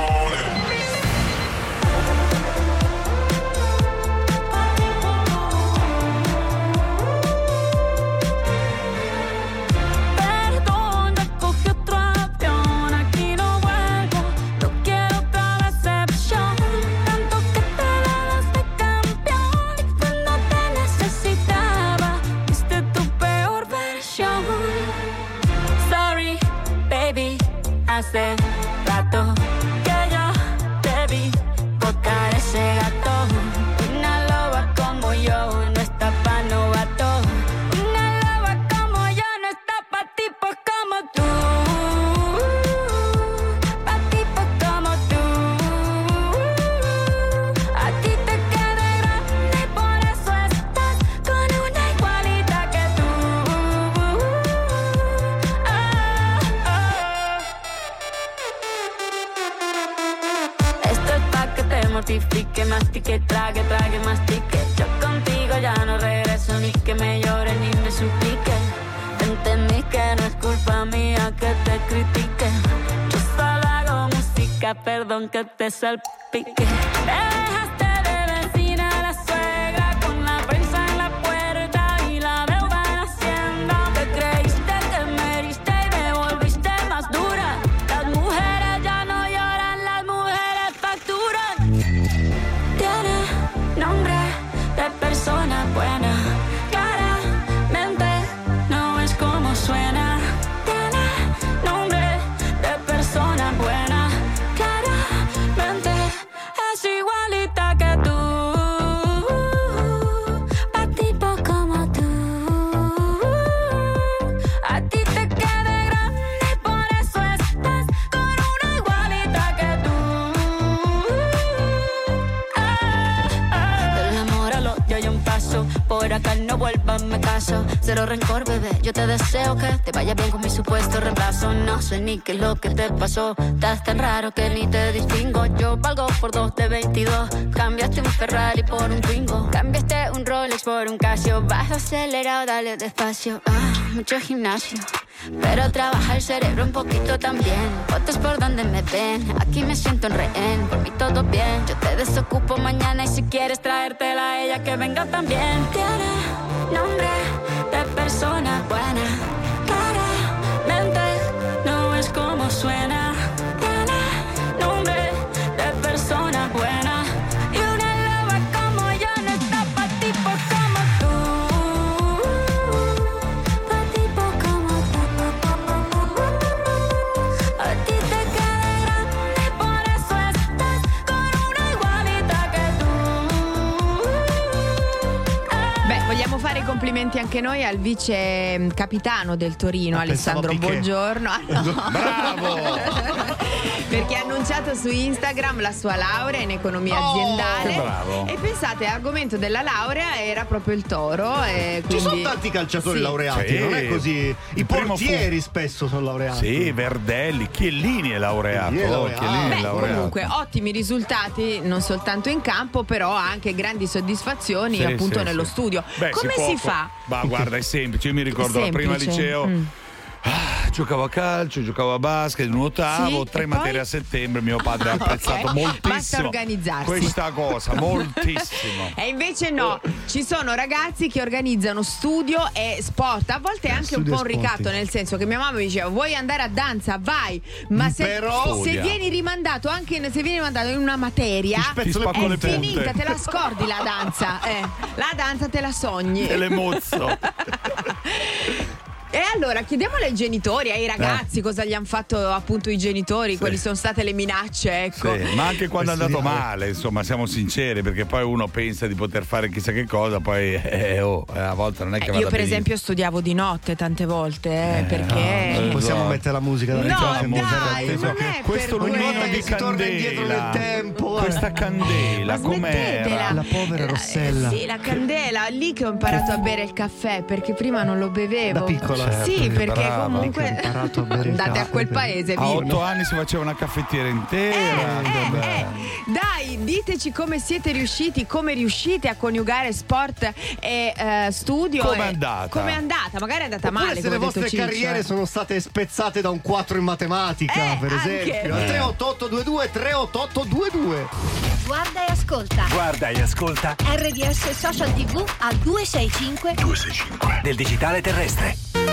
Hace rato que yo te vi tocar ese gato. Una loba como yo no está pa' novato. Una loba como yo no está pa' tipos como tú. Pa' tipos como tú. A ti te queda grande y por eso estás con una igualita que tú. Mortifique, mastique, trague, trague, mastique. Yo contigo ya no regreso, ni que me llore ni me suplique. Entendí que no es culpa mía que te critique. Yo solo hago música, perdón que te salpique. Me dejaste de vecina a la suegra con la prensa en la puerta y la deuda en Hacienda. Te creíste que me heriste y me volviste más dura. Las mujeres ya no lloran, las mujeres facturan. Nombre de persona buena, claramente no es como suena. Tiene nombre de persona buena, claramente es igualita que tú. Pa' tipo como tú. A ti te queda grande y por eso estás con una igualita que tú. Por acá no vuelvas, me caso. Cero rencor, bebé, yo te deseo que te vaya bien con mi supuesto reemplazo. No sé ni qué es lo que te pasó. Estás tan raro que ni te distingo. Yo valgo por dos de veintidós. Cambiaste un Ferrari por un Twingo. Cambiaste un Rolex por un Casio. Vas acelerado, dale despacio. Ah, mucho gimnasio, pero trabaja el cerebro un poquito también. Fotos por donde me ven, aquí me siento en rehén. Por mí todo bien, yo te desocupo mañana. Y si quieres traértela a ella, que venga también. Tiene nombre de persona buena, claramente no es como suena. Tiene nombre de persona buena. Y una loba como yo no está pa' tipos como tú. Pa' tipos como tú. A ti te queda grande y por eso estás con una igualita que tú. Beh, vogliamo fare i complimenti anche noi al vice capitano del Torino, Ah, Alessandro pensavo Piqué. Buongiorno. Ah, no. Bravo! Perché ha annunciato su Instagram la sua laurea in economia Oh, aziendale. che bravo. E pensate, l'argomento della laurea era proprio il toro. E Ci quindi... sono tanti calciatori Sì. laureati, Sì. non è così. I Il primo portieri spesso sono laureati. Sì, Verdelli, Chiellini è laureato. Chiellini è laureato. Chiellini è Beh, laureato. comunque ottimi risultati non soltanto in campo, però anche grandi soddisfazioni Sì, appunto sì, nello sì. studio. Beh, Come può- si fa? Ma guarda, è semplice. Io mi ricordo Semplice. prima liceo. Mm. Ah, giocavo a calcio, giocavo a basket, nuotavo, Sì, tre e materie poi? a settembre. Mio padre ha apprezzato Ok. moltissimo Basta organizzarsi. questa cosa, moltissimo. E invece no, ci sono ragazzi che organizzano studio e sport, a volte è anche un Studio po' un e sport. ricatto, nel senso che mia mamma mi diceva vuoi andare a danza, vai, ma se, Però- se Studia. vieni rimandato anche in, se vieni rimandato in una materia Ti spezzo Ti spacco è le punte. finita, te la scordi la danza, eh. La danza te la sogni. E le mozzo. E allora chiediamole ai genitori, ai ragazzi, cosa gli hanno fatto appunto i genitori, quali sono state le minacce, ecco. Sì, ma anche quando è Questo andato diavolo. male, insomma, siamo sinceri, perché poi uno pensa di poter fare chissà che cosa, poi eh, oh, a volte non è che Eh, vada io per benissimo. esempio studiavo di notte tante volte, eh, Eh, perché... no, Possiamo no. mettere la musica da No, ritorno, dai, atteso non che è questo per lumino quello. di che si torna indietro nel candela, tempo, eh. questa candela, Ma com'era? smettetela. La povera Eh, Rossella. Sì, la candela, lì che ho imparato a bere il caffè, perché prima non lo bevevo. Da piccola? Certo, sì, perché brava. comunque Ho imparato a bere il andate a caffè. quel paese, A via. otto anni si faceva una caffettiera intera. che bello. Dai, diteci come siete riusciti, come riuscite a coniugare sport e eh, studio. Com'è e- andata? Com'è andata? Magari è andata Oppure male. se le come ha detto vostre Ciccio, carriere eh. sono state spezzate da un quattro in matematica, Eh, per anche. esempio. Eh. tre otto otto due due tre otto otto due due. Guarda e ascolta. Guarda e ascolta R D S Social T V al due sei cinque del digitale terrestre.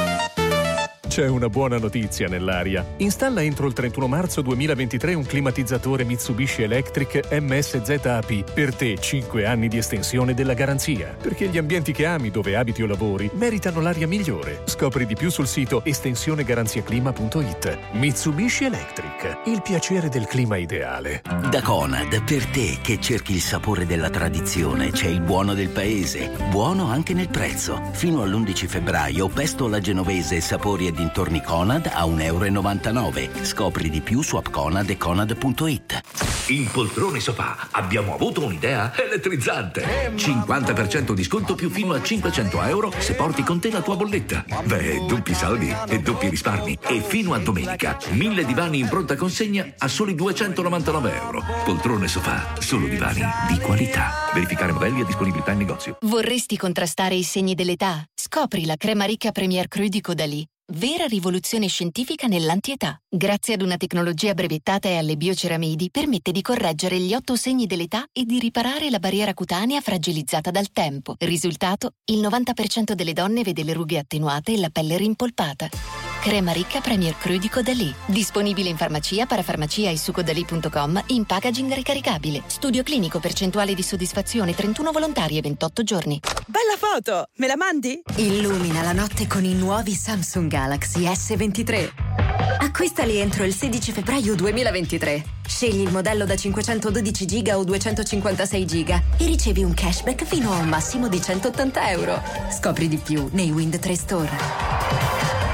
C'è una buona notizia nell'aria. Installa entro il trentuno marzo duemilaventitré un climatizzatore Mitsubishi Electric M S Z A P. Per te cinque anni di estensione della garanzia. Perché gli ambienti che ami dove abiti o lavori meritano l'aria migliore. Scopri di più sul sito estensione garanzia clima punto it. Mitsubishi Electric. Il piacere del clima ideale. Da Conad, per te che cerchi il sapore della tradizione, c'è il buono del paese. Buono anche nel prezzo. Fino all'undici febbraio, pesto alla genovese, sapori e dintorni Conad a un euro e novantanove. Scopri di più su app Conad e Conad punto it. In Poltrone Sofà abbiamo avuto un'idea elettrizzante. cinquanta per cento di sconto più fino a cinquecento euro se porti con te la tua bolletta. Beh, doppi saldi e doppi risparmi. E fino a domenica, mille divani in pronta consegna a soli duecentonovantanove euro. Poltrone Sofà, solo divani di qualità. Verificare modelli e disponibilità in negozio. Vorresti contrastare i segni dell'età? Scopri la crema ricca Premier Cru di Caudalie. Vera rivoluzione scientifica nell'antietà. Grazie ad una tecnologia brevettata e alle bioceramidi, permette di correggere gli otto segni dell'età e di riparare la barriera cutanea fragilizzata dal tempo. Risultato? Il novanta per cento delle donne vede le rughe attenuate e la pelle rimpolpata. Crema ricca Premier Cru di Caudalie. Disponibile in farmacia, parafarmacia e su caudalie punto com in packaging ricaricabile. Studio clinico, percentuale di soddisfazione trentuno volontari e ventotto giorni. Bella foto! Me la mandi? Illumina la notte con i nuovi Samsung Galaxy S ventitré. Acquistali entro il sedici febbraio duemilaventitré. Scegli il modello da cinquecentododici giga o duecentocinquantasei giga e ricevi un cashback fino a un massimo di centottanta euro. Scopri di più nei Wind tre Store.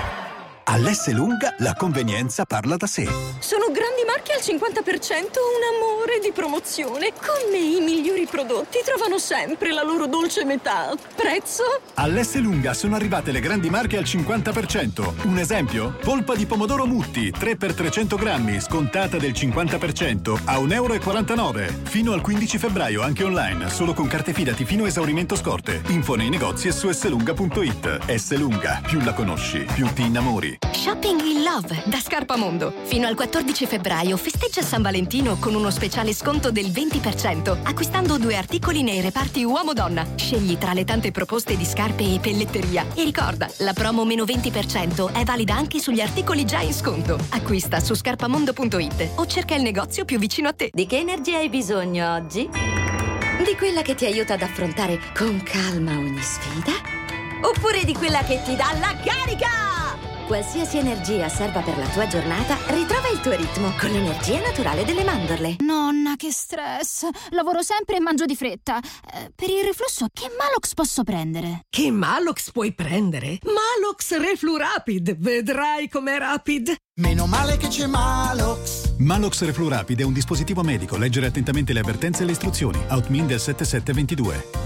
All'S Lunga la convenienza parla da sé. Sono grandi marche al cinquanta per cento, un amore di promozione. Con me i migliori prodotti trovano sempre la loro dolce metà. Prezzo? All'S Lunga sono arrivate le grandi marche al cinquanta per cento. Un esempio? Polpa di pomodoro Mutti, tre per trecento grammi, scontata del cinquanta per cento a un euro e quarantanove. Fino al quindici febbraio anche online, solo con carte fidati fino a esaurimento scorte. Info nei negozi e su slunga punto it. S Lunga, più la conosci, più ti innamori. Shopping in Love da Scarpamondo. Fino al quattordici febbraio festeggia San Valentino con uno speciale sconto del venti per cento acquistando due articoli nei reparti uomo-donna. Scegli tra le tante proposte di scarpe e pelletteria. E ricorda, la promo meno venti per cento è valida anche sugli articoli già in sconto. Acquista su scarpamondo punto it o cerca il negozio più vicino a te. Di che energia hai bisogno oggi? Di quella che ti aiuta ad affrontare con calma ogni sfida? Oppure di quella che ti dà la carica? Qualsiasi energia serva per la tua giornata, ritrova il tuo ritmo con l'energia naturale delle mandorle. Nonna, che stress. Lavoro sempre e mangio di fretta. Eh, per il reflusso, che Malox posso prendere? Che Malox puoi prendere? Malox Reflu Rapid. Vedrai com'è rapid. Meno male che c'è Malox. Malox Reflu Rapid è un dispositivo medico. Leggere attentamente le avvertenze e le istruzioni. Outmin del settantasette ventidue.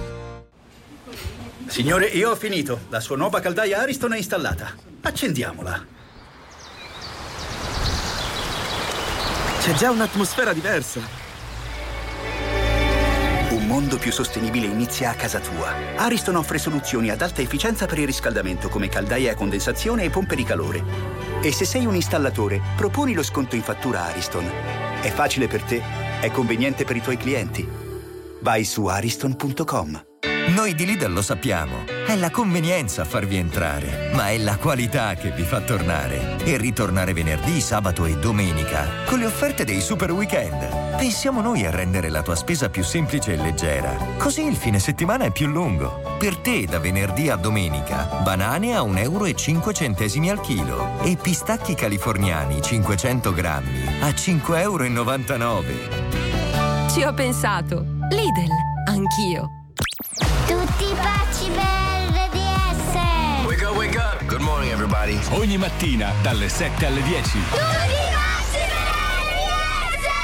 Signore, io ho finito. La sua nuova caldaia Ariston è installata. Accendiamola. C'è già un'atmosfera diversa. Un mondo più sostenibile inizia a casa tua. Ariston offre soluzioni ad alta efficienza per il riscaldamento, come caldaie a condensazione e pompe di calore. E se sei un installatore, proponi lo sconto in fattura Ariston. È facile per te, è conveniente per i tuoi clienti. Vai su ariston punto com. Noi di Lidl lo sappiamo, è la convenienza a farvi entrare, ma è la qualità che vi fa tornare. E ritornare venerdì, sabato e domenica, con le offerte dei super weekend. Pensiamo noi a rendere la tua spesa più semplice e leggera, così il fine settimana è più lungo. Per te, da venerdì a domenica, banane a un euro e cinque centesimi al chilo e pistacchi californiani cinquecento grammi a cinque euro e novantanove. Ci ho pensato. Lidl, anch'io. Tutti pazzi per R D S. Wake up, wake up. Good morning, everybody. Ogni mattina, dalle sette alle dieci. Tutti pazzi per R D S.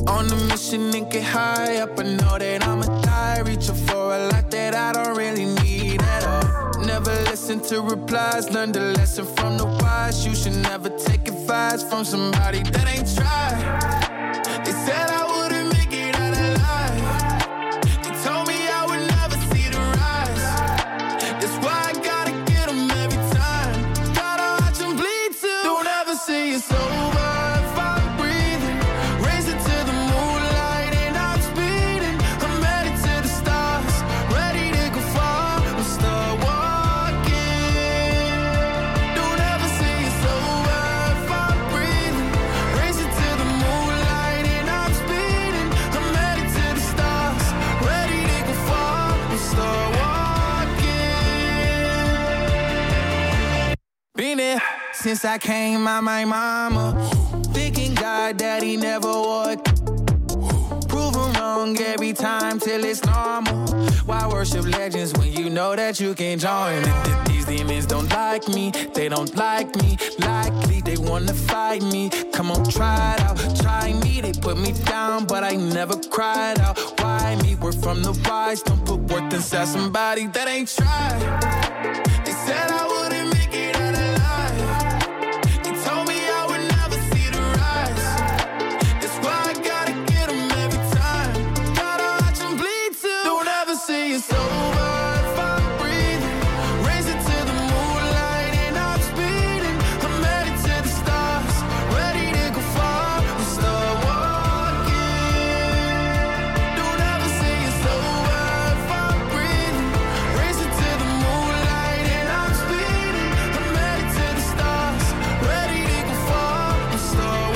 On a mission and get high up, I know that I'ma die. Reaching for a lot that I don't really need at all. Never listen to replies, learn the lesson from the wise. You should never take advice from somebody that ain't tried. They said I wouldn't make it out alive. They told me I would never see the rise. That's why I gotta get them every time. Gotta watch them bleed too. Don't ever say it's over. Been there since I came out my mama. Thinking God that he never would. Proving wrong every time till it's normal. Why worship legends when you know that you can't join? These demons don't like me, they don't like me. Likely they wanna fight me. Come on, try it out, try me. They put me down, but I never cried out. Why me? We're from the wise. Don't put worth inside somebody that ain't tried. They said I wouldn't make it out alive. They told me I would never see the rise. That's why I gotta get them every time. Gotta watch them bleed too. Don't ever say it's over if I'm breathing. Racing to the moonlight and I'm speeding. I'm headed to the stars, ready to go far and start walking. Don't ever say it's over if I'm breathing. Racing to the moonlight and I'm speeding. I'm headed to the stars, ready to go far and start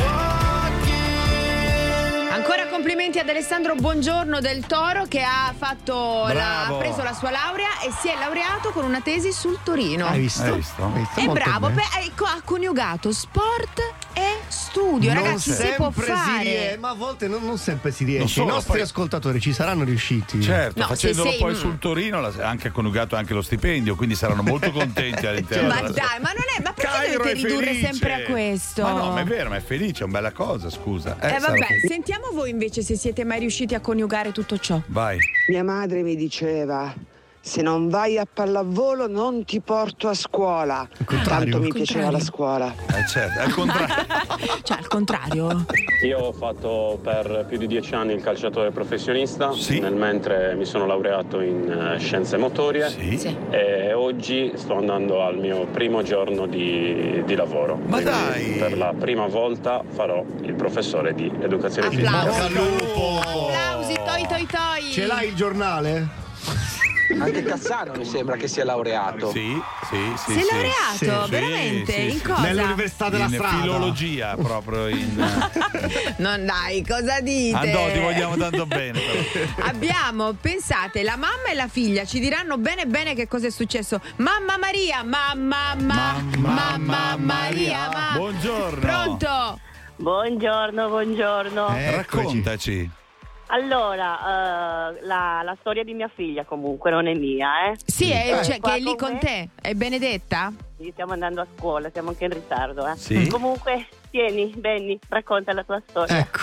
walking. Ancora complimenti ad Alessandro Buongiorno del Toro che ha fatto la, ha Bravo. preso la sua laurea e si è laureato con una tesi sul Torino. Hai visto? Hai visto? Hai visto? È Molto bravo, bene. beh, ecco, ha coniugato sport e studio. Non Ragazzi, si può sempre si fare. riesce, ma a volte non, non sempre si Non riesce. solo, I nostri poi- ascoltatori ci saranno riusciti. Certo, No, se facendolo sei- poi sul Torino l'ha anche coniugato anche lo stipendio, quindi saranno molto contenti all'interno Ma della- dai, ma non è, ma perché Cairo dovete è ridurre felice. sempre a questo? Ma no, ma è vero, ma è felice, è una bella cosa, scusa. Eh, Eh sarà vabbè, felice. sentiamo voi invece se siete mai riusciti a coniugare tutto ciò. Vai. Mia madre mi diceva: se non vai a pallavolo non ti porto a scuola. Tanto mi Al piaceva contrario. la scuola. Eh certo, è il contrario. Cioè, al contrario. Io ho fatto per più di dieci anni il calciatore professionista, Sì. nel mentre mi sono laureato in eh, scienze motorie Sì. Sì. e oggi sto andando al mio primo giorno di, di lavoro. Ma Quindi dai! Per la prima volta farò il professore di educazione fisica. Applausi. Bocca al lupo! Applausi, toi toi toi. Ce l'hai il giornale? Anche Cassano mi sembra che sia laureato. Sì, sì, sì. Sei sì. laureato? Sì, Veramente? sì, In sì. cosa? Nell'università della in strada. filologia, proprio in. Non dai, cosa dite? Andò, ti vogliamo tanto bene. però. Abbiamo, pensate, la mamma e la figlia ci diranno bene bene che cosa è successo. Mamma Maria, mamma, ma, mamma Maria, ma. Buongiorno. Pronto? Buongiorno, buongiorno. Eh, Raccontaci. Allora, eh, la, la storia di mia figlia comunque non è mia, eh? Sì, è, Eh, cioè, qua che è lì con con me? te. È Benedetta? Sì, stiamo andando a scuola, siamo anche in ritardo, eh. Sì. Comunque, tieni, Benny, racconta la tua storia. Ecco.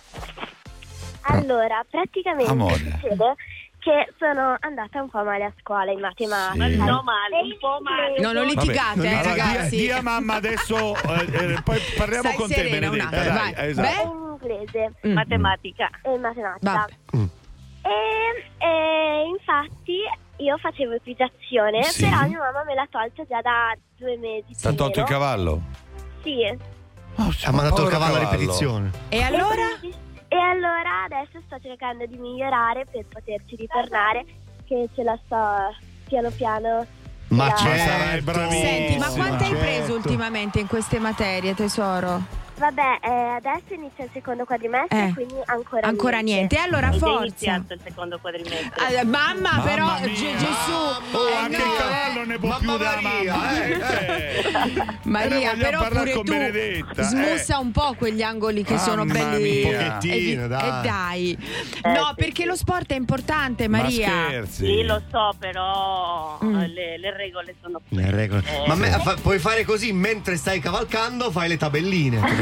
Allora, praticamente Amore. succede che sono andata un po' male a scuola in matematica. Sì. No, male, un po' male. No, non litigate, Vabbè. eh, Allora, ragazzi. Dia, dia mamma adesso, eh, eh, poi parliamo Stai con serena te, un Benedetta. attimo, Dai, vai. esatto. In inglese Mm. Matematica. e in matematica. Vabbè. E, e infatti io facevo equitazione, Sì. però mia mamma me l'ha tolta già da due mesi. Ti ha più o tolto il meno. cavallo? Sì. Ha mandato il cavallo a ripetizione. E allora? E allora adesso sto cercando di migliorare per poterci ritornare, che ce la sto piano piano. Ma ce la- Ma sarai bravissima. Senti, ma quanto hai preso certo. ultimamente in queste materie, tesoro? Vabbè, eh, adesso inizia il secondo quadrimestre, Eh. quindi ancora Ancora niente. E allora È già forza. iniziato il secondo quadrimestre. Ah, mamma, Mamma però mia. Ge- Gesù. Oh, eh, anche no, il cavallo ne può Mamma più da Maria, mamma. eh, Eh. Maria, E ne vogliamo però parlare pure con tu Benedetta, smussa eh. un po' quegli angoli che sono Mamma belli. mia. Un pochettino, E dai. dai. Eh, No, sì, perché lo sport è importante, Ma Maria. scherzi. Sì, lo so, però Mm. le, le regole sono Le regole. Eh, Ma me- fa- puoi fare così mentre stai cavalcando, fai le tabelline.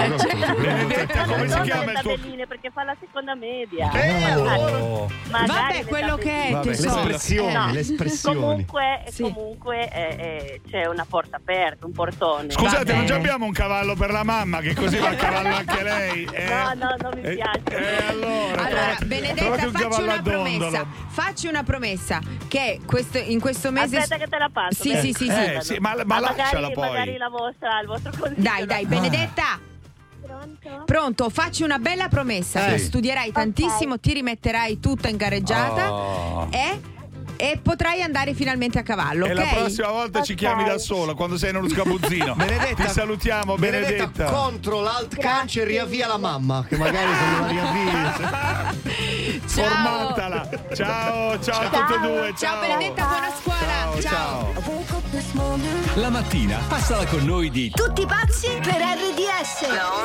Benedetta, come si chiama il tuo... tabelline perché fa la seconda media. Eh, oh. Vabbè, quello che è, Vabbè, tesoro. le espressioni, No, le espressioni. Comunque, Sì. comunque eh, eh, c'è una porta aperta, un portone. Scusate, non già abbiamo un cavallo per la mamma, che così va a cavallo anche lei? Eh? No, no, non mi Eh, piace. eh, allora, Allora, trovate- Benedetta, trovate un facci cavallo una a dondolo. promessa. Facci una promessa che questo, in questo mese. Aspetta che te la passo. Sì, dai. sì, sì, Eh, sì. sì, ma, ma magari, lasciala poi. magari la vostra, il vostro consiglio. Dai, dai, Benedetta. Pronto? Pronto, facci una bella promessa. Eh. Che studierai tantissimo, ti rimetterai tutta in gareggiata Oh. e, e potrai andare finalmente a cavallo. E ok? la prossima volta ci chiami da sola quando sei in uno sgabuzzino. Benedetta, ti salutiamo, Benedetta. Benedetta, contro l'alt cancer riavvia la mamma, che magari se non la riavvii. Formatala. Ciao, ciao a tutte e due. Ciao, Ciao Benedetta, buona scuola. Ciao, ciao. La mattina passala con noi di Tutti pazzi per R D S.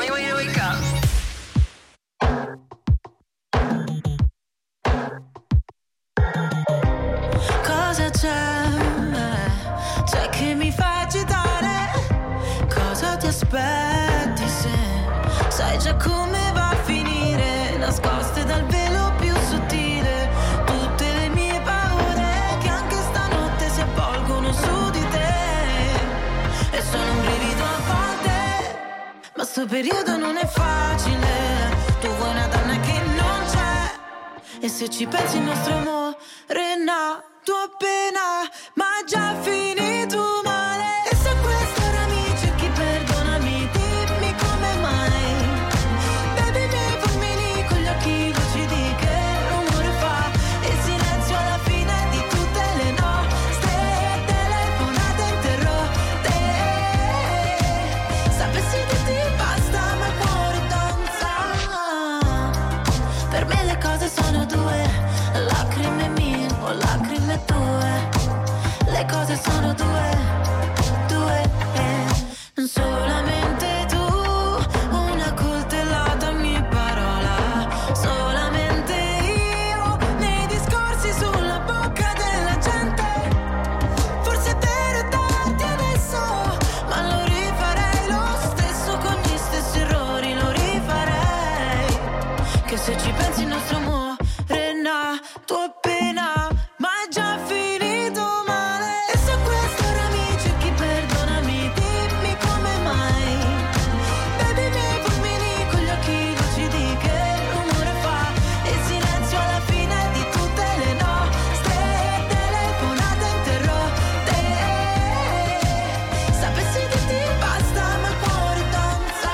Cosa c'è? C'è che mi fa agitare? Cosa ti aspetti se sai già come va a finire? Nascoste dal velo più sottile tutte le mie paure che anche stanotte si avvolgono su di te. E sono un brivido a volte, ma sto periodo non è facile. Tu vuoi una donna che non c'è, e se ci pensi il nostro amore è nato appena, ma già finito male. E se questo ora mi cerchi, perdonami, dimmi come mai. Bevi i miei fulmini con gli occhi lucidi, che rumore fa il silenzio alla fine di tutte le nostre telefonate interrotte. Sapessi che ti basta ma il cuore danza. Per me le cose sono due, lacrime mie o lacrime tue. Le cose sono due, due, eh. Solamente tu, una coltellata ogni parola. Solamente io, nei discorsi sulla bocca della gente. Forse è vero darti adesso, ma lo rifarei lo stesso con gli stessi errori, lo rifarei. Che se ci pensi il nostro amore è nato appena, ma è già finito male. E se questo ora mi cerchi, perdonami, dimmi come mai. Bevi i miei fulmini con gli occhi lucidi, che rumore fa il silenzio alla fine di tutte le nostre telefonate interrotte. Sapessi che ti basta ma il cuore danza.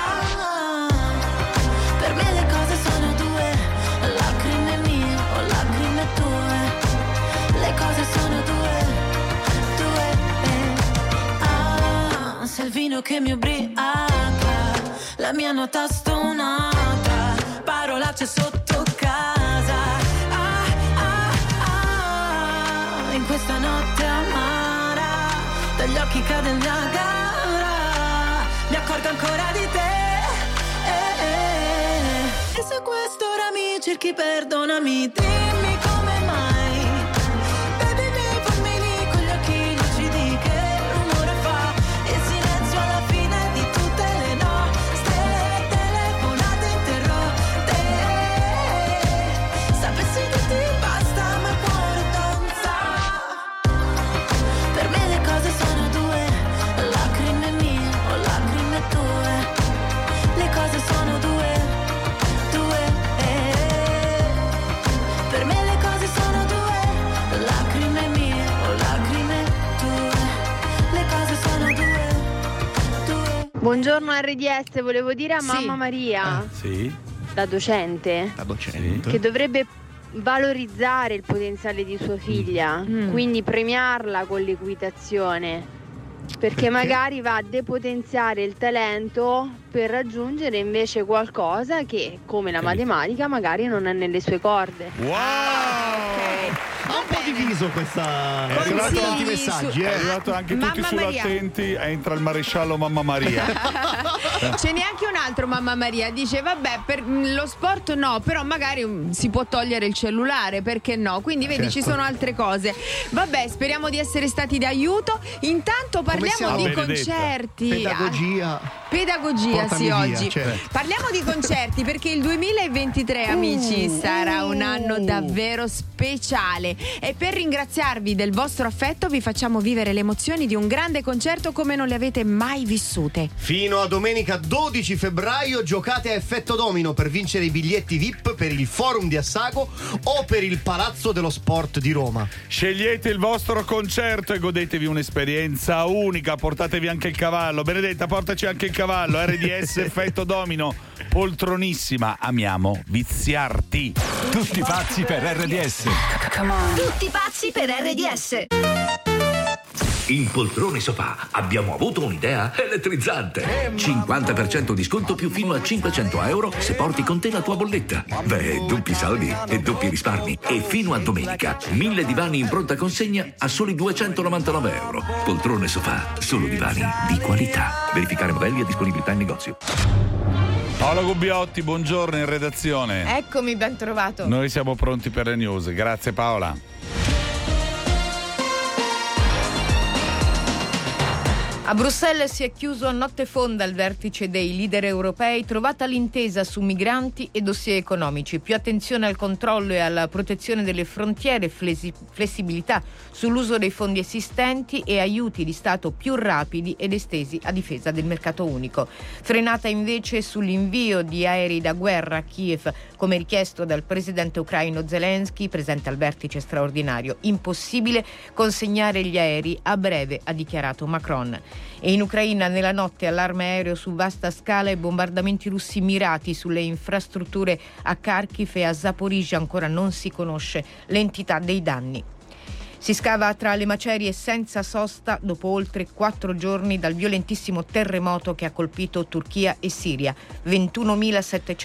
Per me le cose sono due, lacrime mie o lacrime tue. Le cose sono due, due, eh. Ah, se il vino che mi ubriaca, la mia nota stonata, parolacce sotto casa. Ah, ah, ah, in questa notte amara, dagli occhi cade il Niagara, mi accorgo ancora di te. Eh, eh. E se questo ora mi cerchi, perdonami, dimmi come mai. Bevi i miei fulmini con gli occhi lucidi, che rumore fa il silenzio alla fine di tutte le nostre telefonate interrotte. Sapessi che ti basta ma il cuore danza. Per me le cose sono due, lacrime mie o lacrime tue. Le cose sono due, due, eh. Per me le cose sono due, lacrime mie o lacrime tue. Le cose sono due, due. Buongiorno R D S, volevo dire a mamma Maria, Sì. da docente, La docente. che dovrebbe valorizzare il potenziale di sua figlia, quindi premiarla con l'equitazione, perché magari va a depotenziare il talento per raggiungere invece qualcosa che, come la matematica, magari non è nelle sue corde. Ha un po' diviso questa. È arrivato, questi messaggi, è eh. arrivato anche Mamma tutti Maria. sull'attenti, entra il maresciallo Mamma Maria. Ce n'è anche un altro, mamma Maria, dice vabbè, per lo sport no, però magari um, si può togliere il cellulare, perché no? Quindi vedi, Certo. ci sono altre cose. Vabbè, speriamo di essere stati d'aiuto. Intanto parliamo siamo? di Benedetta. concerti. Pedagogia. Pedagogia, Portami sì, via, oggi. certo. Parliamo di concerti perché il duemilaventitré, amici, sarà un anno davvero speciale. E per ringraziarvi del vostro affetto vi facciamo vivere le emozioni di un grande concerto come non le avete mai vissute. Fino a domenica dodici febbraio giocate a effetto domino per vincere i biglietti V I P per il Forum di Assago o per il Palazzo dello Sport di Roma. Scegliete il vostro concerto e godetevi un'esperienza unica. Portatevi anche il cavallo. Benedetta, portaci anche il cavallo. R D S effetto domino, poltronissima. Amiamo viziarti. Tutti pazzi per R D S. Tutti pazzi per R D S. In Poltrone Sofà abbiamo avuto un'idea elettrizzante. cinquanta per cento di sconto più fino a cinquecento euro se porti con te la tua bolletta. Beh, doppi saldi e doppi risparmi. E fino a domenica, mille divani in pronta consegna a soli duecentonovantanove euro. Poltrone Sofà, solo divani di qualità. Verificare modelli e disponibilità in negozio. Paola Gubbiotti, buongiorno in redazione. Eccomi, ben trovato. Noi siamo pronti per le news. Grazie Paola. A Bruxelles si è chiuso a notte fonda il vertice dei leader europei, trovata l'intesa su migranti e dossier economici. Più attenzione al controllo e alla protezione delle frontiere, flessi- flessibilità sull'uso dei fondi esistenti e aiuti di Stato più rapidi ed estesi a difesa del mercato unico. Frenata invece sull'invio di aerei da guerra a Kiev, come richiesto dal presidente ucraino Zelensky, presente al vertice straordinario. Impossibile consegnare gli aerei a breve, ha dichiarato Macron. E in Ucraina nella notte allarme aereo su vasta scala e bombardamenti russi mirati sulle infrastrutture a Kharkiv e a Zaporizhzhia. Ancora non si conosce l'entità dei danni. Si scava tra le macerie senza sosta dopo oltre quattro giorni dal violentissimo terremoto che ha colpito Turchia e Siria. ventunomilasettecento